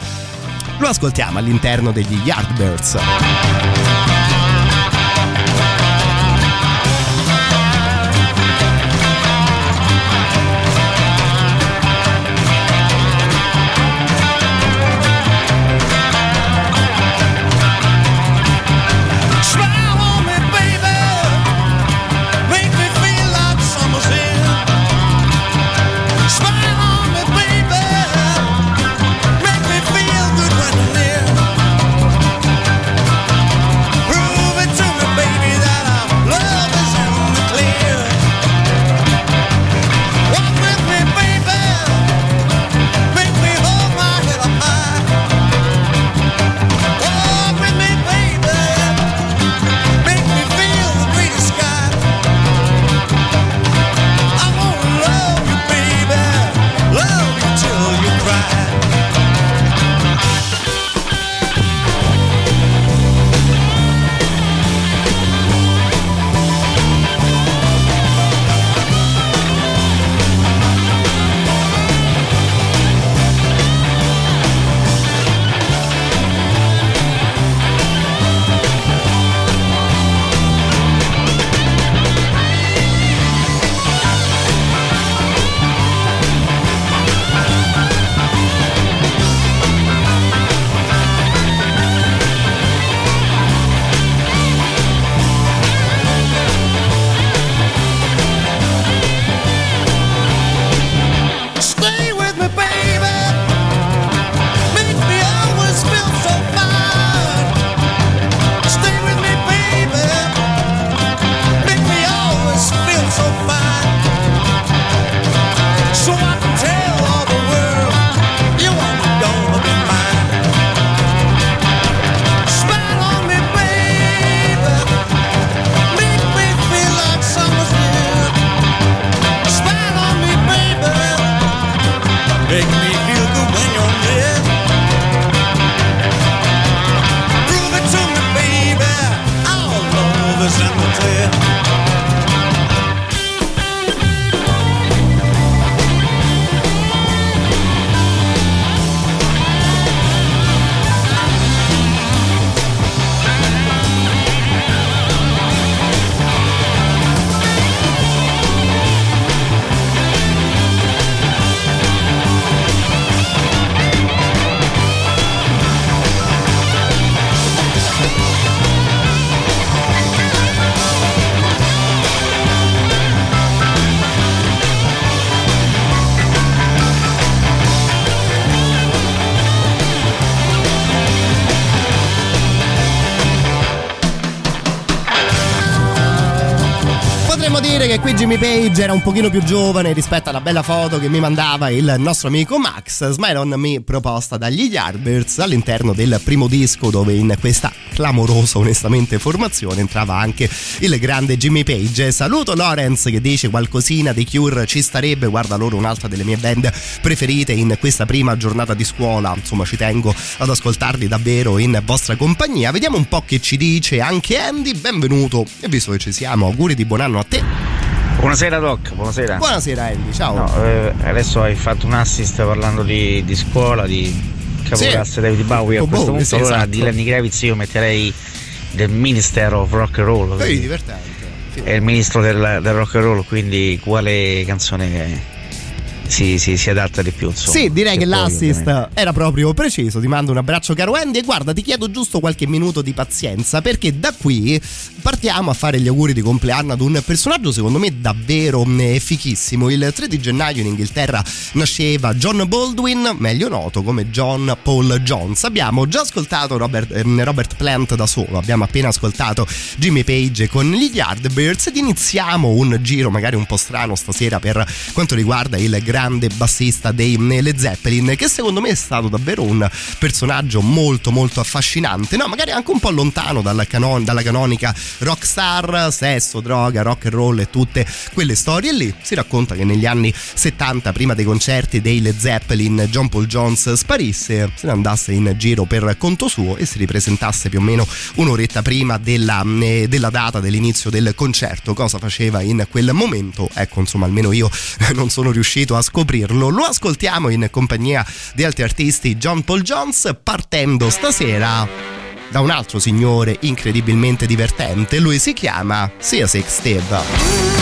lo ascoltiamo all'interno degli Yardbirds. Make me feel good when I'm near. dire che qui Jimmy Page era un pochino più giovane rispetto alla bella foto che mi mandava il nostro amico Max. Smile on Me, proposta dagli Yardbirds all'interno del primo disco, dove in questa clamorosa onestamente formazione entrava anche il grande Jimmy Page. Saluto Lorenz che dice qualcosina dei Cure ci starebbe, guarda loro un'altra delle mie band preferite in questa prima giornata di scuola, insomma ci tengo ad ascoltarli davvero in vostra compagnia. Vediamo un po' che ci dice anche Andy. Benvenuto, e visto che ci siamo, auguri di buon anno a te. Buonasera Doc, buonasera. Buonasera Andy, ciao. No, adesso hai fatto un assist parlando di scuola, di capoclasse, sì. David Bowie. A questo punto, sì, allora esatto. Di Lenny Kravitz io metterei del Minister of Rock and Roll. Poi divertente. È il ministro del rock and roll, quindi quale canzone si adatta di più, insomma. Sì, direi che l'assist era proprio preciso. Ti mando un abbraccio caro Andy e guarda, ti chiedo giusto qualche minuto di pazienza, perché da qui partiamo a fare gli auguri di compleanno ad un personaggio secondo me davvero fichissimo. Il 3 di gennaio in Inghilterra nasceva John Baldwin, meglio noto come John Paul Jones. Abbiamo già ascoltato Robert Plant da solo, abbiamo appena ascoltato Jimmy Page con gli Yardbirds ed iniziamo un giro magari un po' strano stasera per quanto riguarda il grande bassista dei Led Zeppelin, che secondo me è stato davvero un personaggio molto molto affascinante, no? Magari anche un po' lontano dalla canonica rockstar, sesso, droga, rock and roll e tutte quelle storie lì. Si racconta che negli anni 70, prima dei concerti dei Led Zeppelin, John Paul Jones sparisse, se ne andasse in giro per conto suo e si ripresentasse più o meno un'oretta prima della data dell'inizio del concerto. Cosa faceva in quel momento? Ecco, insomma, almeno io non sono riuscito a scoprirlo. Lo ascoltiamo in compagnia di altri artisti, John Paul Jones, partendo stasera da un altro signore incredibilmente divertente. Lui si chiama Sia Sick Steve.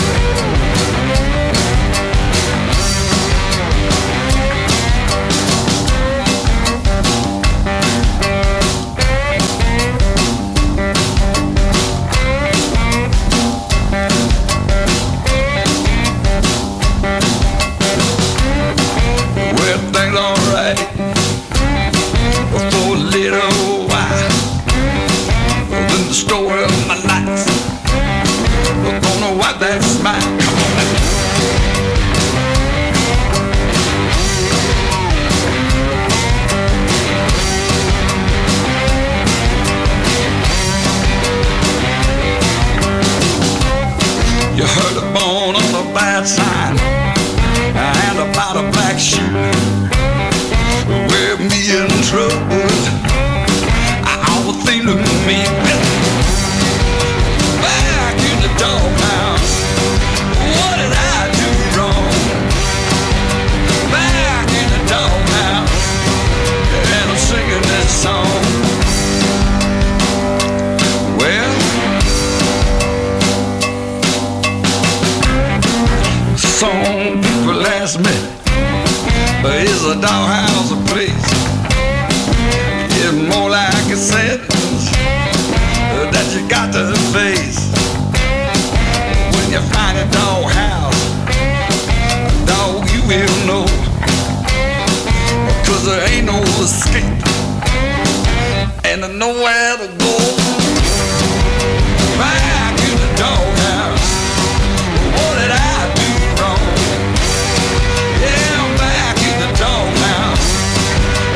Is a doghouse a place? It's more like a sentence that you got to face. When you find a doghouse, dog, you will know, 'cause there ain't no escape and there's nowhere to go. Back in the doghouse, what did I do wrong? Yeah, I'm back in the doghouse,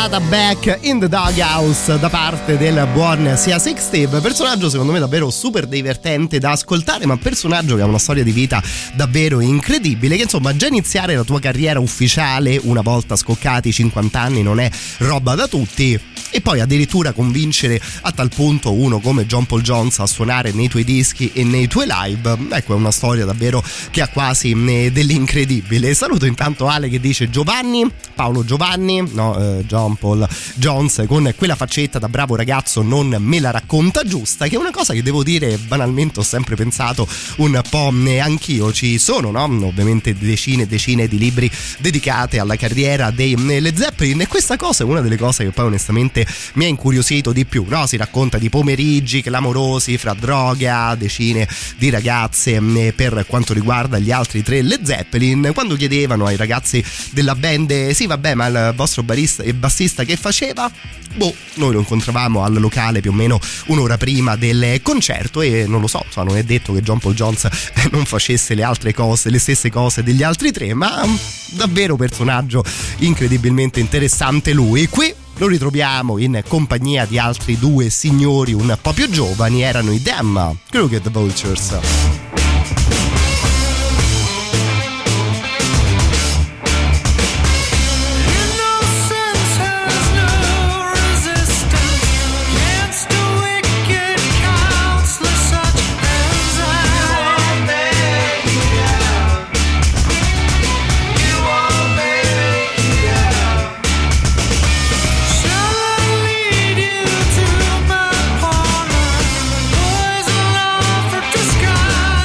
trovata Back in the Doghouse da parte del buon Sia 60, personaggio secondo me davvero super divertente da ascoltare, ma personaggio che ha una storia di vita davvero incredibile, che insomma già iniziare la tua carriera ufficiale una volta scoccati 50 anni non è roba da tutti, e poi addirittura convincere a tal punto uno come John Paul Jones a suonare nei tuoi dischi e nei tuoi live, ecco, è una storia davvero che ha quasi dell'incredibile. Saluto intanto Ale che dice Paolo Giovanni, John Paul Jones con quella faccetta da bravo ragazzo non me la racconta giusta, che è una cosa che devo dire banalmente ho sempre pensato un po' anch'io. Ci sono, no? Ovviamente decine e decine di libri dedicati alla carriera dei Led Zeppelin, e questa cosa è una delle cose che poi onestamente mi ha incuriosito di più, no? Si racconta di pomeriggi clamorosi fra droga, decine di ragazze per quanto riguarda gli altri tre Led Zeppelin, quando chiedevano ai ragazzi della band sì vabbè ma il vostro barista e bassista che faceva? Noi lo incontravamo al locale più o meno un'ora prima del concerto, e non lo so, non è detto che John Paul Jones non facesse le stesse cose degli altri tre, ma davvero personaggio incredibilmente interessante lui. Qui lo ritroviamo in compagnia di altri due signori un po' più giovani, erano i Them, Crooked Vultures. Poison offer disguise.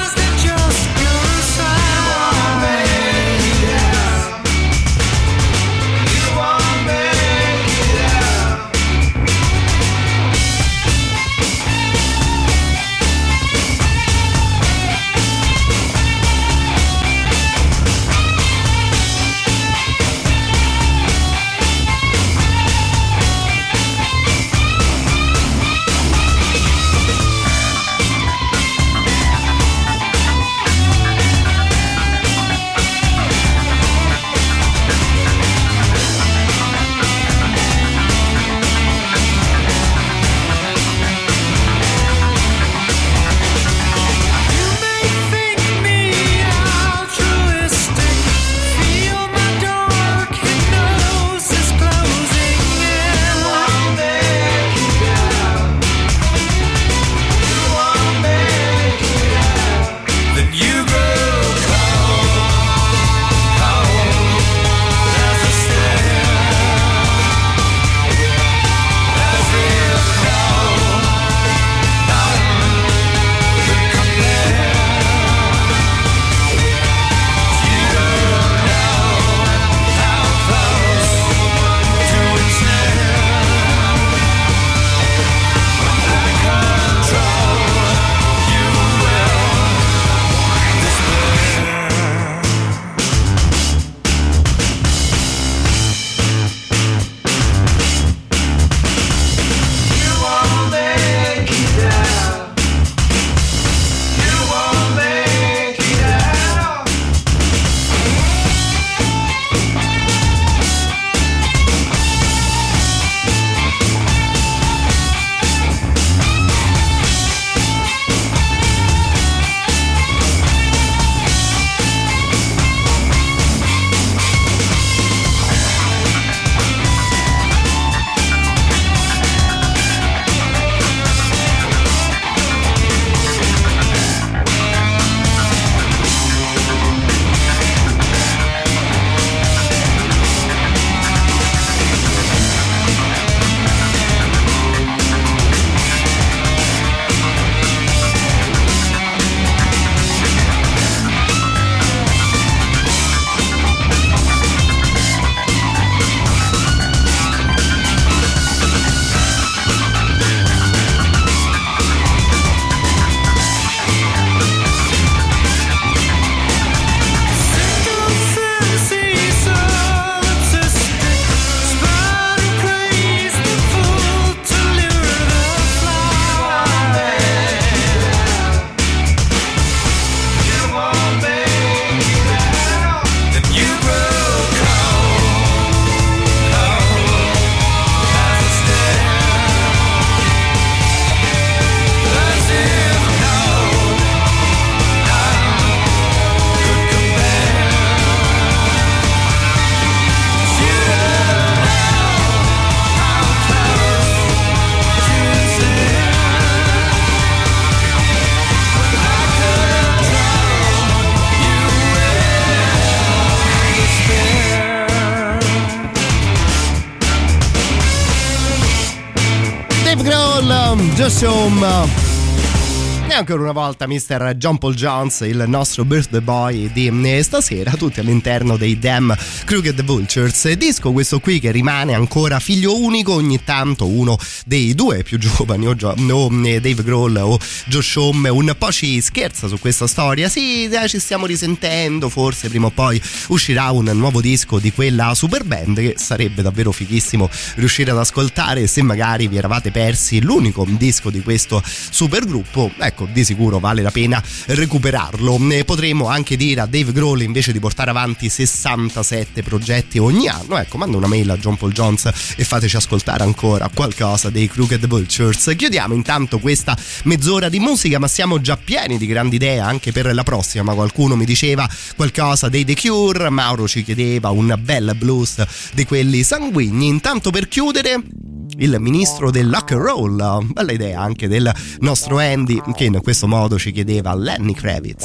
Joshua. E ancora una volta Mr. John Paul Jones, il nostro birthday boy di stasera, tutti all'interno dei Damn Crooked Vultures. Disco questo qui che rimane ancora figlio unico, ogni tanto uno dei due più giovani, o Dave Grohl o Josh Homme, un po' ci scherza su questa storia. Sì, ci stiamo risentendo, forse prima o poi uscirà un nuovo disco di quella super band, che sarebbe davvero fighissimo riuscire ad ascoltare se magari vi eravate persi l'unico disco di questo super gruppo. Ecco, di sicuro vale la pena recuperarlo. Potremmo anche dire a Dave Grohl, invece di portare avanti 67 progetti ogni anno, ecco, manda una mail a John Paul Jones e fateci ascoltare ancora qualcosa dei Crooked Vultures. Chiudiamo intanto questa mezz'ora di musica, ma siamo già pieni di grandi idee anche per la prossima. Qualcuno mi diceva qualcosa dei The Cure, Mauro ci chiedeva un bel blues di quelli sanguigni. Intanto, per chiudere, il ministro del rock and roll, bella idea anche del nostro Andy, che in questo modo ci chiedeva Lenny Kravitz.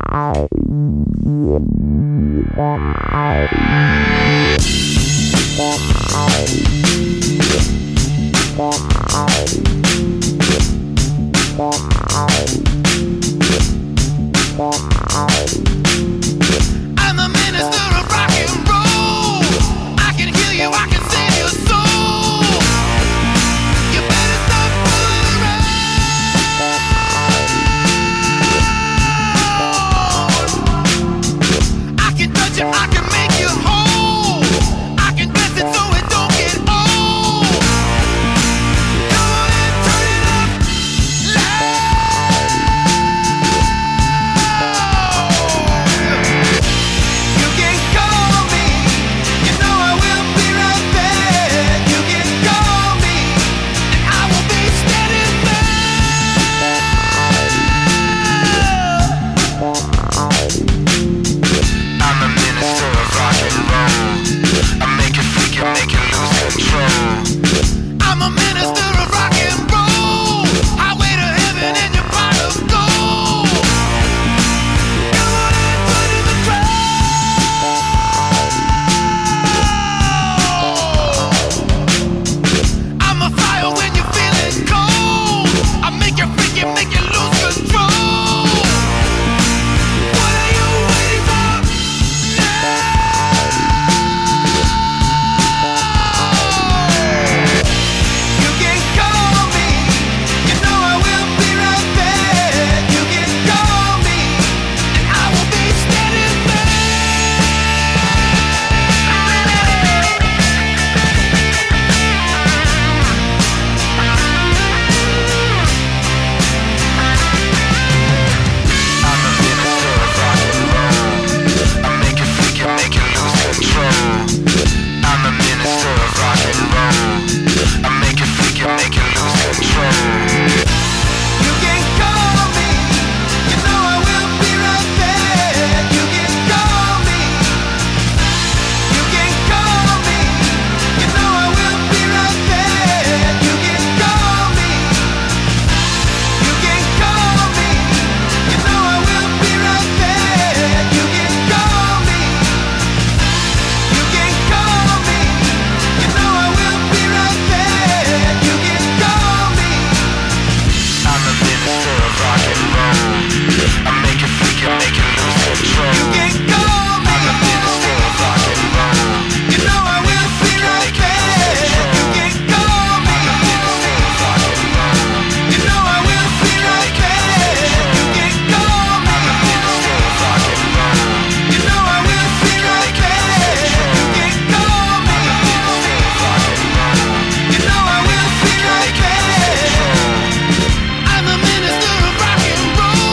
I'm a minister of rock and roll. I can heal you, I can save your soul. You better stop fooling around. I can touch you, I can make you whole. I can bless it so it don't get old. Come on and turn it up loud. You can call me, you know I will be right there. You can call me, and I will be standing there. I'm a minister of rock and roll. I make it freak and make you lose control. I'm a minister of rock and roll. Highway to heaven and your pot of gold. Come on and put in the crowd. I'm a fire when you're feeling cold. I make you freak and make you lose control. What are you waiting for now? You can call me, you know I will be right there. You can call me, and I will be standing I'm a minister of rock and roll. I make it freak and make you lose control. I'm a minister of rock and roll. I make it freak and make you lose control. You can call me, you know I will be right there. You can call me, you can call me, you know I will be right there. You can call me, you can call me, you know I will be right there. You can call me, you can call me, you know I will be right there. You can call me. I'm a minister of rock and roll. I make it freak and make you lose control. You can call me. I'm a minister of rock and roll. You know I will be right there. You can call me. I'm a minister of rock and roll. You know I will be right there. You can call me. I'm a minister of rock and roll. You know I will be right there. You can call me. I'm a minister of rock and roll. You know I will be right there. I'm a minister of rock and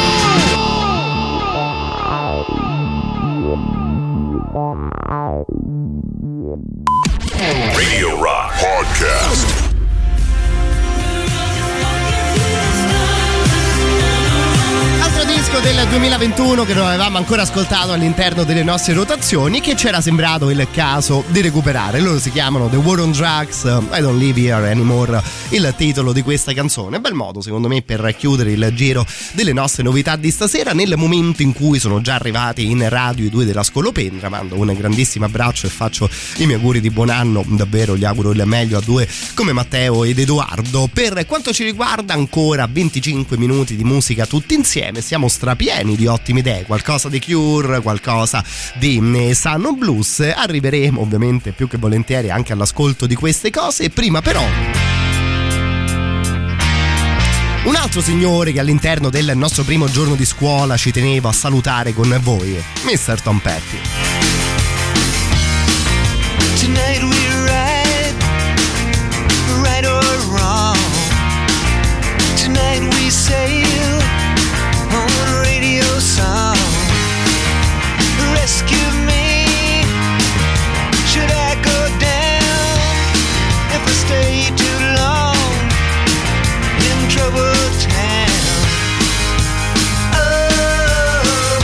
Radio Rock Podcast. Altro disco del 2021 che non avevamo ancora ascoltato all'interno delle nostre rotazioni, che c'era sembrato il caso di recuperare. Loro si chiamano The War on Drugs, I Don't Live Here Anymore, il titolo di questa canzone. Bel modo secondo me per chiudere il giro delle nostre novità di stasera, nel momento in cui sono già arrivati in radio i due della Scolopendra. Mando un grandissimo abbraccio e faccio i miei auguri di buon anno, davvero gli auguro il meglio a due come Matteo ed Edoardo. Per quanto ci riguarda, ancora 25 minuti di musica tutti insieme, siamo strapieni di ottime idee, qualcosa di Cure, qualcosa di Sano Blues. Arriveremo ovviamente più che volentieri anche all'ascolto di queste cose. Prima però un altro signore che all'interno del nostro primo giorno di scuola ci tenevo a salutare con voi, Mr. Tom Petty. Tonight we ride, right or wrong. Tonight we sail on a radio song. Rescue me, should I go down if I stay too long in trouble town? Oh,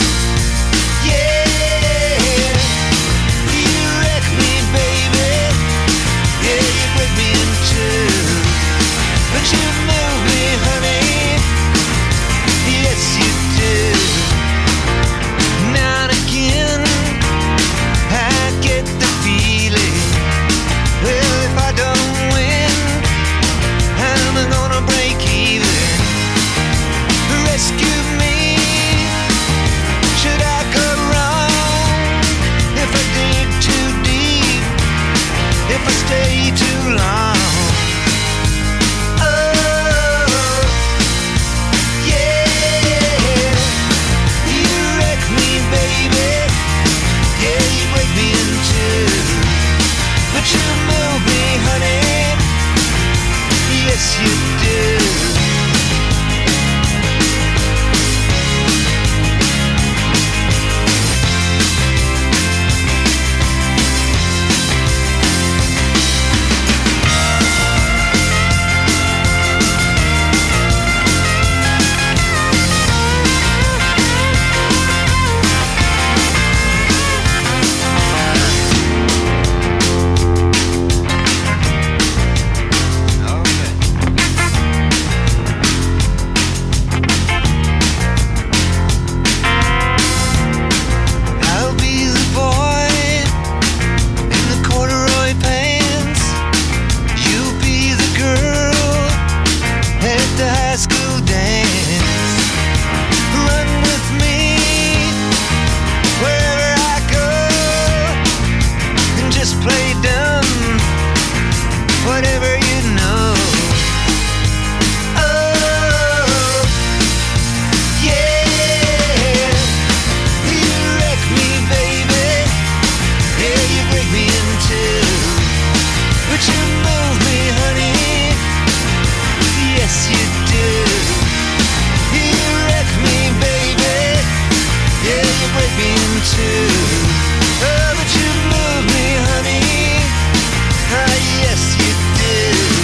yeah, you wreck me, baby. Yeah, you break me in two, but you move me, honey. Yes, you do. Now and again, I get the feeling, well, if I don't win, I'm gonna break even. Rescue me, should I go wrong if I dig too deep, if I stay too long? Oh, yeah, you wreck me, baby. Yeah, you break me in two, but you move me, honey. Yes, you do. I'll be the boy in the corduroy pants. You'll be the girl at the high school dance. Run with me wherever I go and just play dumb, whatever you know. Oh, yeah, you wreck me, baby. Yeah, you break me in two, but you move me, honey. Yes, you do. You wreck me, baby. Yeah, you break me in two. Oh, but you move me, honey. Ah, yes, you do.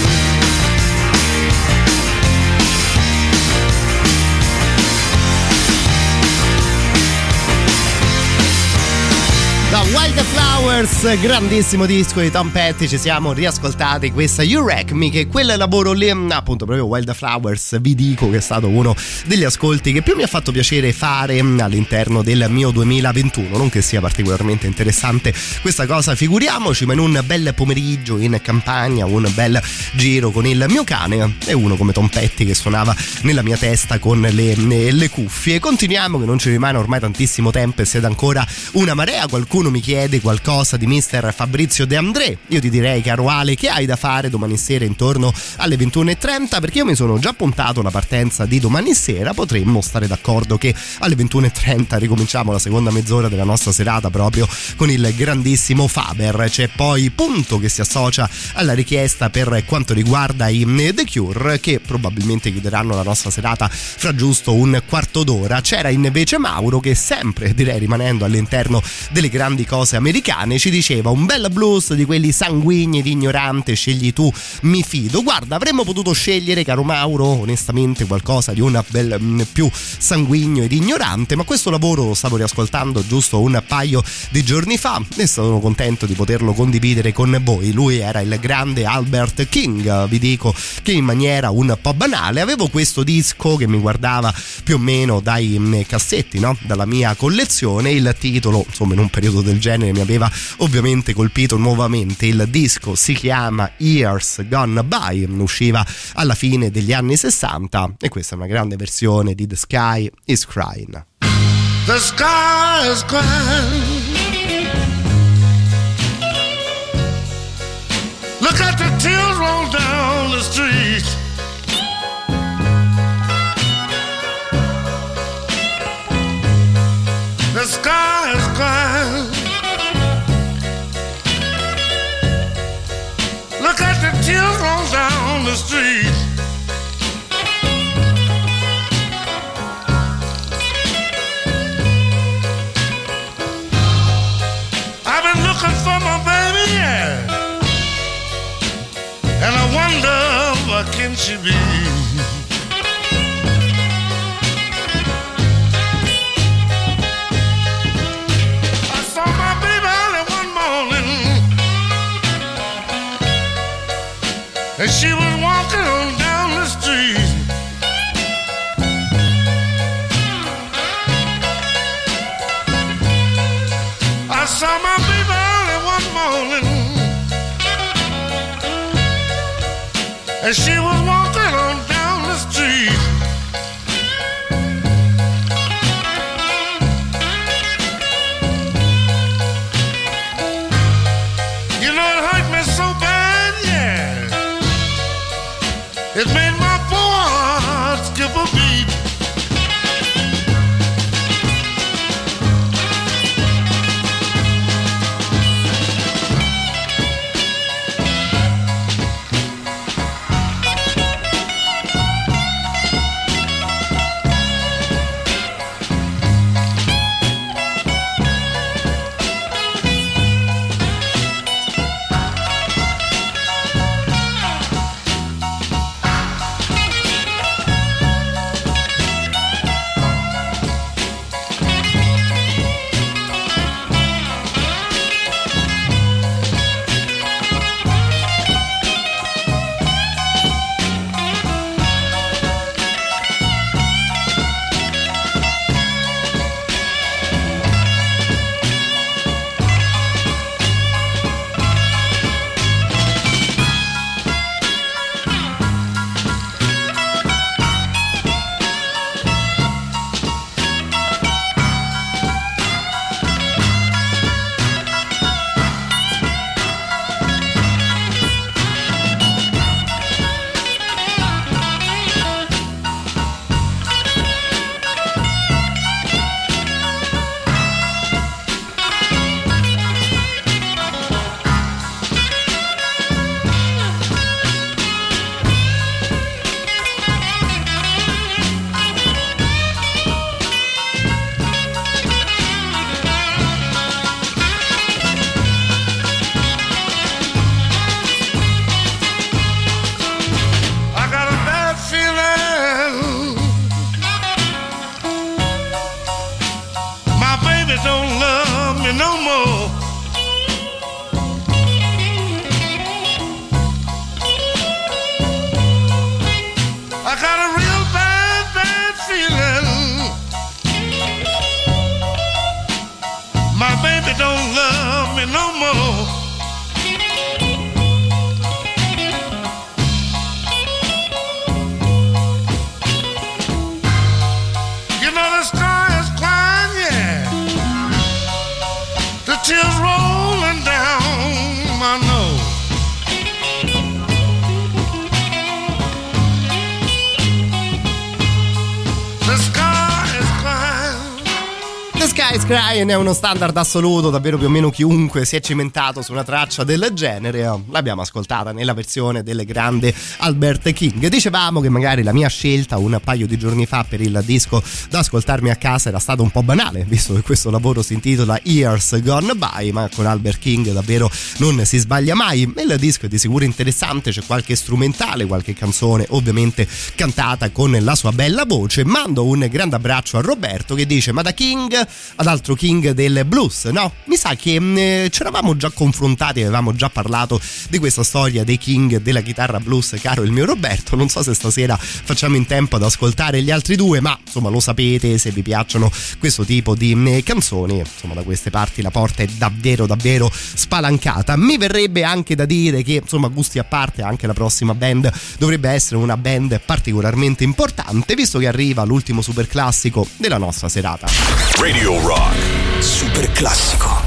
Da Wild Flowers, grandissimo disco di Tom Petty, ci siamo riascoltati questa You Wreck Me, che quel lavoro lì, appunto proprio Wild Flowers, vi dico che è stato uno degli ascolti che più mi ha fatto piacere fare all'interno del mio 2021. Non che sia particolarmente interessante questa cosa, figuriamoci, ma in un bel pomeriggio in campagna, un bel giro con il mio cane e uno come Tom Petty che suonava nella mia testa con le cuffie. Continuiamo, che non ci rimane ormai tantissimo tempo e siete ancora una marea. Qualcuno mi chiede qualcosa di Mr. Fabrizio De André. Io ti direi, caro Ale, che hai da fare domani sera intorno alle 21:30, perché io mi sono già puntato la partenza di domani sera. Potremmo stare d'accordo che alle 21:30 ricominciamo la seconda mezz'ora della nostra serata proprio con il grandissimo Faber. C'è poi Punto che si associa alla richiesta per quanto riguarda i The Cure, che probabilmente chiuderanno la nostra serata fra giusto un quarto d'ora. C'era invece Mauro che, sempre direi rimanendo all'interno delle grandi grandi cose americane, ci diceva: un bel blues di quelli sanguigni ed ignorante, scegli tu, mi fido. Guarda, avremmo potuto scegliere, caro Mauro, onestamente qualcosa di un bel più sanguigno ed ignorante, ma questo lavoro lo stavo riascoltando giusto un paio di giorni fa e sono contento di poterlo condividere con voi. Lui era il grande Albert King. Vi dico che in maniera un po' banale avevo questo disco che mi guardava più o meno dai cassetti, no? Dalla mia collezione. Il titolo, insomma, in un periodo del genere mi aveva ovviamente colpito nuovamente. Il disco si chiama Years Gone By, usciva alla fine degli anni 60 e questa è una grande versione di The Sky is Crying. The sky is crying. Look at the tears roll down the street. The sky is crying. Look at the tears roll down the street. I've been looking for my baby, yeah. And I wonder where can she be? I saw my baby early one morning, and she was walking on down the street. I saw my baby early one morning, and she was walking on down the street. You know it hurt me so bad, yeah. It made my poor heart skip a beat. Tears The Sky's Crying è uno standard assoluto, davvero più o meno chiunque si è cimentato su una traccia del genere l'abbiamo ascoltata nella versione del grande Albert King. Dicevamo che magari la mia scelta un paio di giorni fa per il disco da ascoltarmi a casa era stata un po' banale, visto che questo lavoro si intitola Years Gone By, ma con Albert King davvero non si sbaglia mai. Il disco è di sicuro interessante, c'è qualche strumentale, qualche canzone ovviamente cantata con la sua bella voce. Mando un grande abbraccio a Roberto che dice: ma da King ad altro King del blues, no? Mi sa che ci eravamo già confrontati, avevamo già parlato di questa storia dei King della chitarra blues, caro il mio Roberto. Non so se stasera facciamo in tempo ad ascoltare gli altri due, ma insomma lo sapete, se vi piacciono questo tipo di canzoni, insomma da queste parti la porta è davvero davvero spalancata. Mi verrebbe anche da dire che insomma gusti a parte, anche la prossima band dovrebbe essere una band particolarmente importante, visto che arriva l'ultimo super classico della nostra serata. Radio Rock Super classico.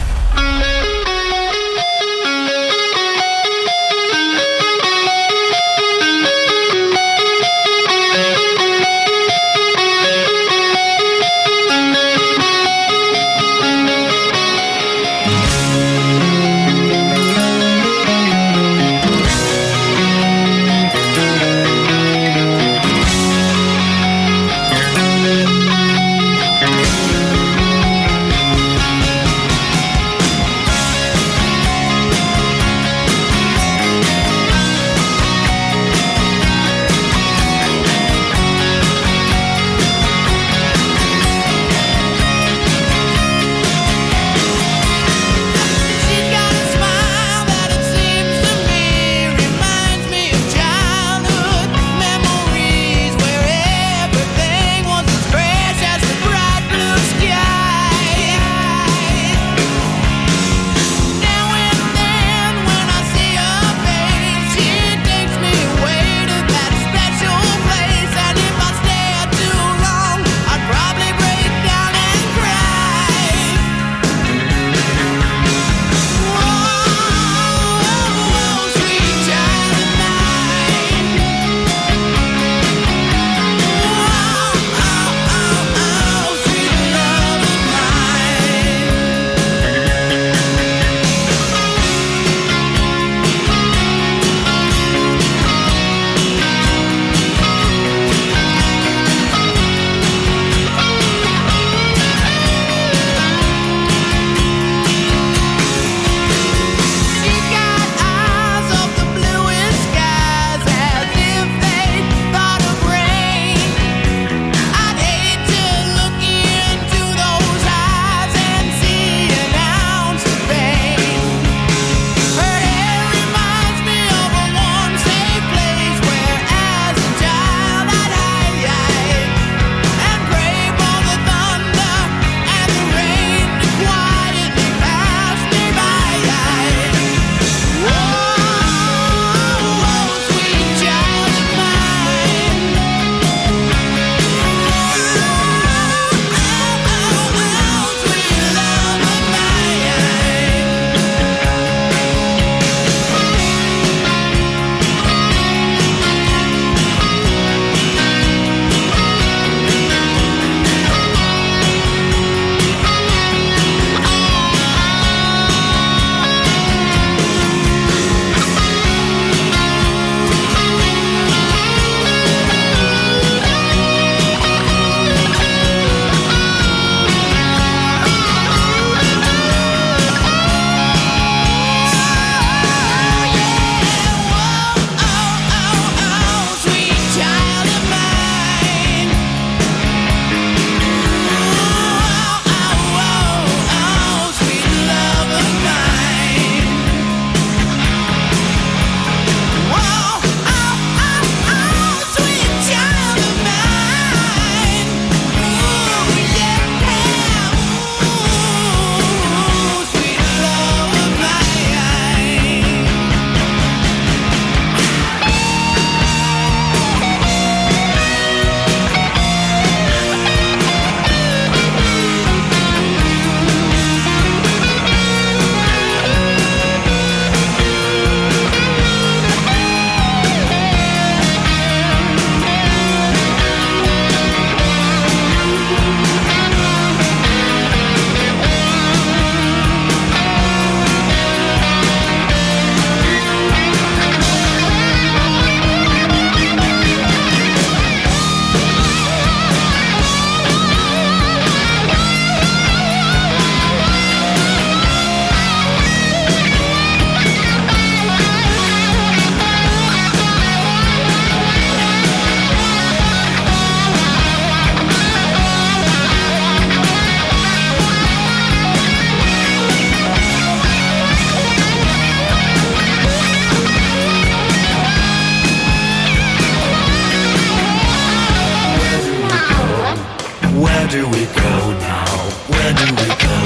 we go now? Where do we go?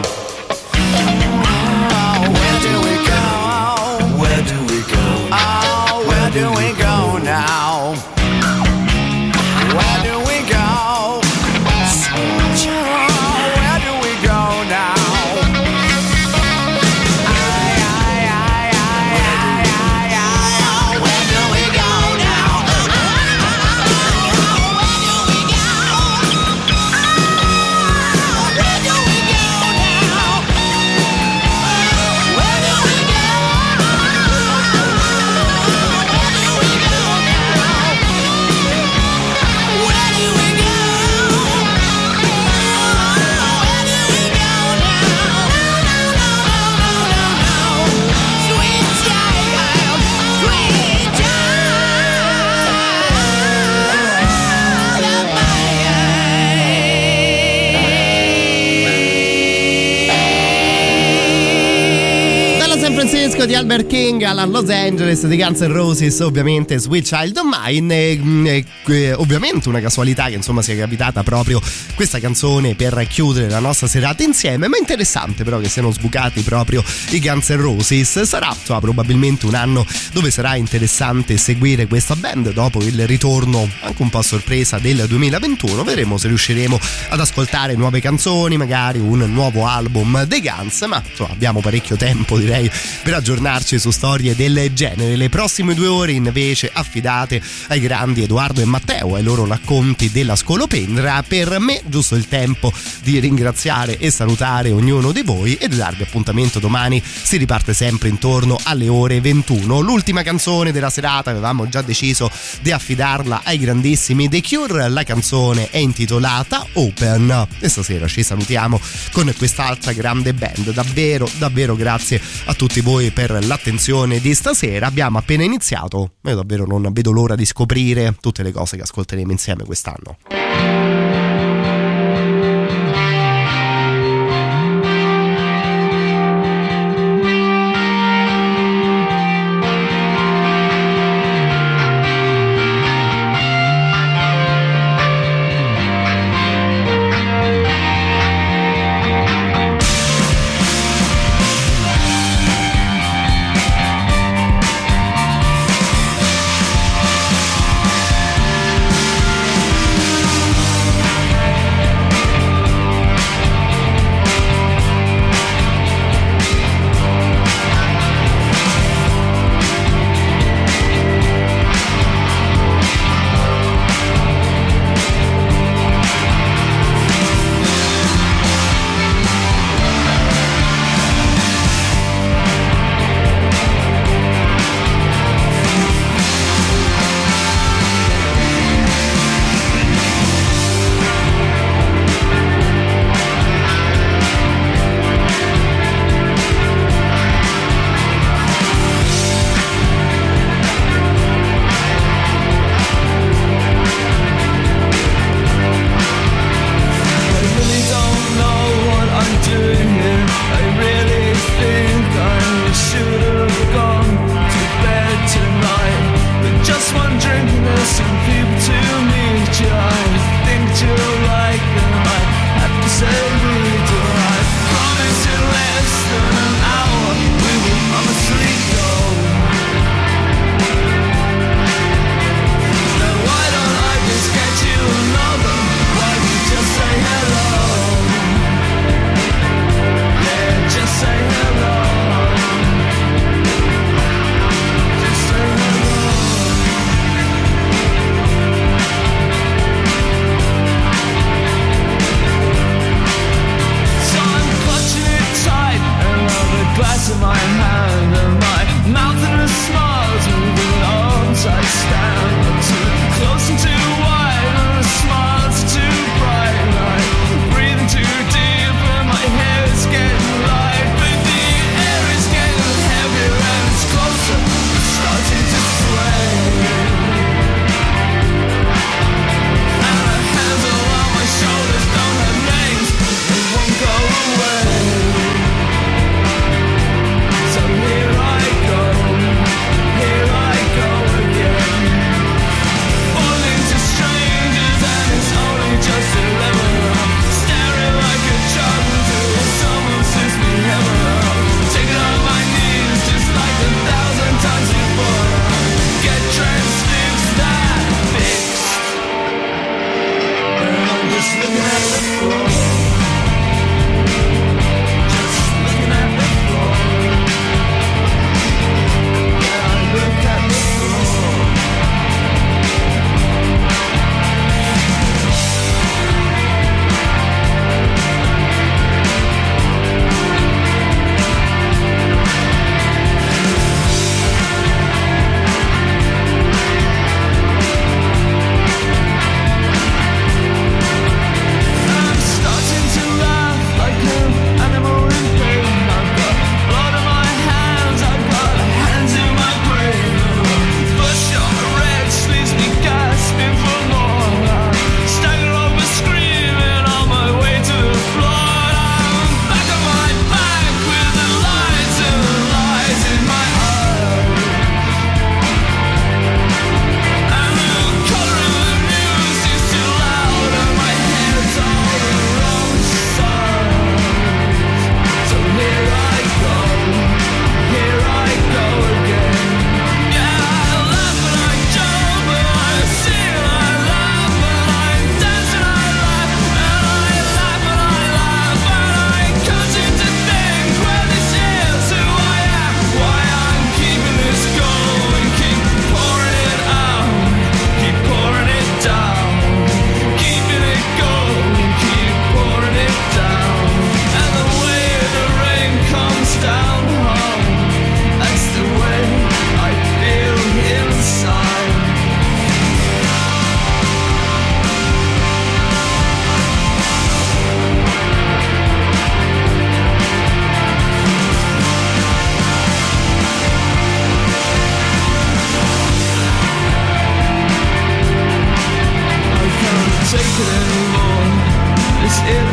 Where do we go? Where do we go? Oh, where do we go now? Where do we go? Sweet child, where do we go now? Where do we go now? Where do we go now? Where do we go? Francisco di Albert King alla Los Angeles di Guns N' Roses, ovviamente Sweet Child of Mine. Ovviamente una casualità che insomma sia capitata proprio questa canzone per chiudere la nostra serata insieme, ma interessante però che siano sbucati proprio i Guns N' Roses. Sarà probabilmente un anno dove sarà interessante seguire questa band dopo il ritorno anche un po' a sorpresa del 2021. Vedremo se riusciremo ad ascoltare nuove canzoni, magari un nuovo album dei Guns, ma insomma abbiamo parecchio tempo, direi, per aggiornarci su storie del genere. Le prossime 2 ore invece affidate ai grandi Edoardo e Matteo, ai loro racconti della scolopendra. Per me giusto il tempo di ringraziare e salutare ognuno di voi e di darvi appuntamento domani. Si riparte sempre intorno alle ore 21. L'ultima canzone della serata avevamo già deciso di affidarla ai grandissimi The Cure. La canzone è intitolata Open e stasera ci salutiamo con quest'altra grande band. Davvero grazie a tutti voi per l'attenzione di stasera. Abbiamo appena iniziato, io davvero non vedo l'ora di scoprire tutte le cose che ascolteremo insieme quest'anno.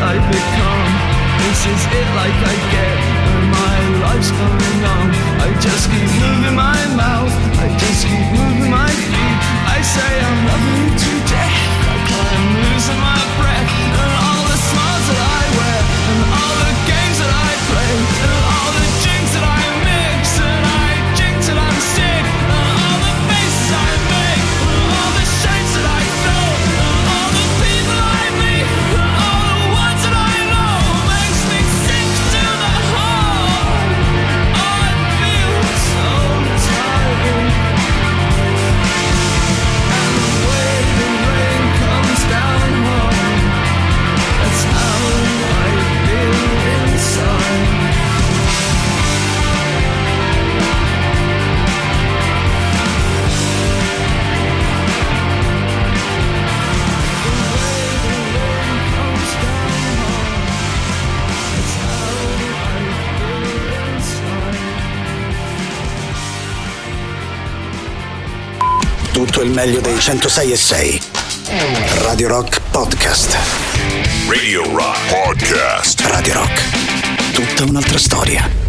I become. This is it, like I get when my life's going on. I just keep moving my mouth, I just keep moving my feet. I say I'm loving you to death, like I'm losing my breath. And all the smiles that I wear, and all the games that I play, and all the drinks that I mix, and I jinx and I'm sick, and all the faces I make, and all the shades that I throw, and all the people I meet, and all the ones that I know, makes me sick to the heart. I feel so tired. And the way the rain comes down hard, that's how I feel inside. Tutto il meglio dei 106.6 Radio Rock Podcast. Radio Rock Podcast. Radio Rock, tutta un'altra storia.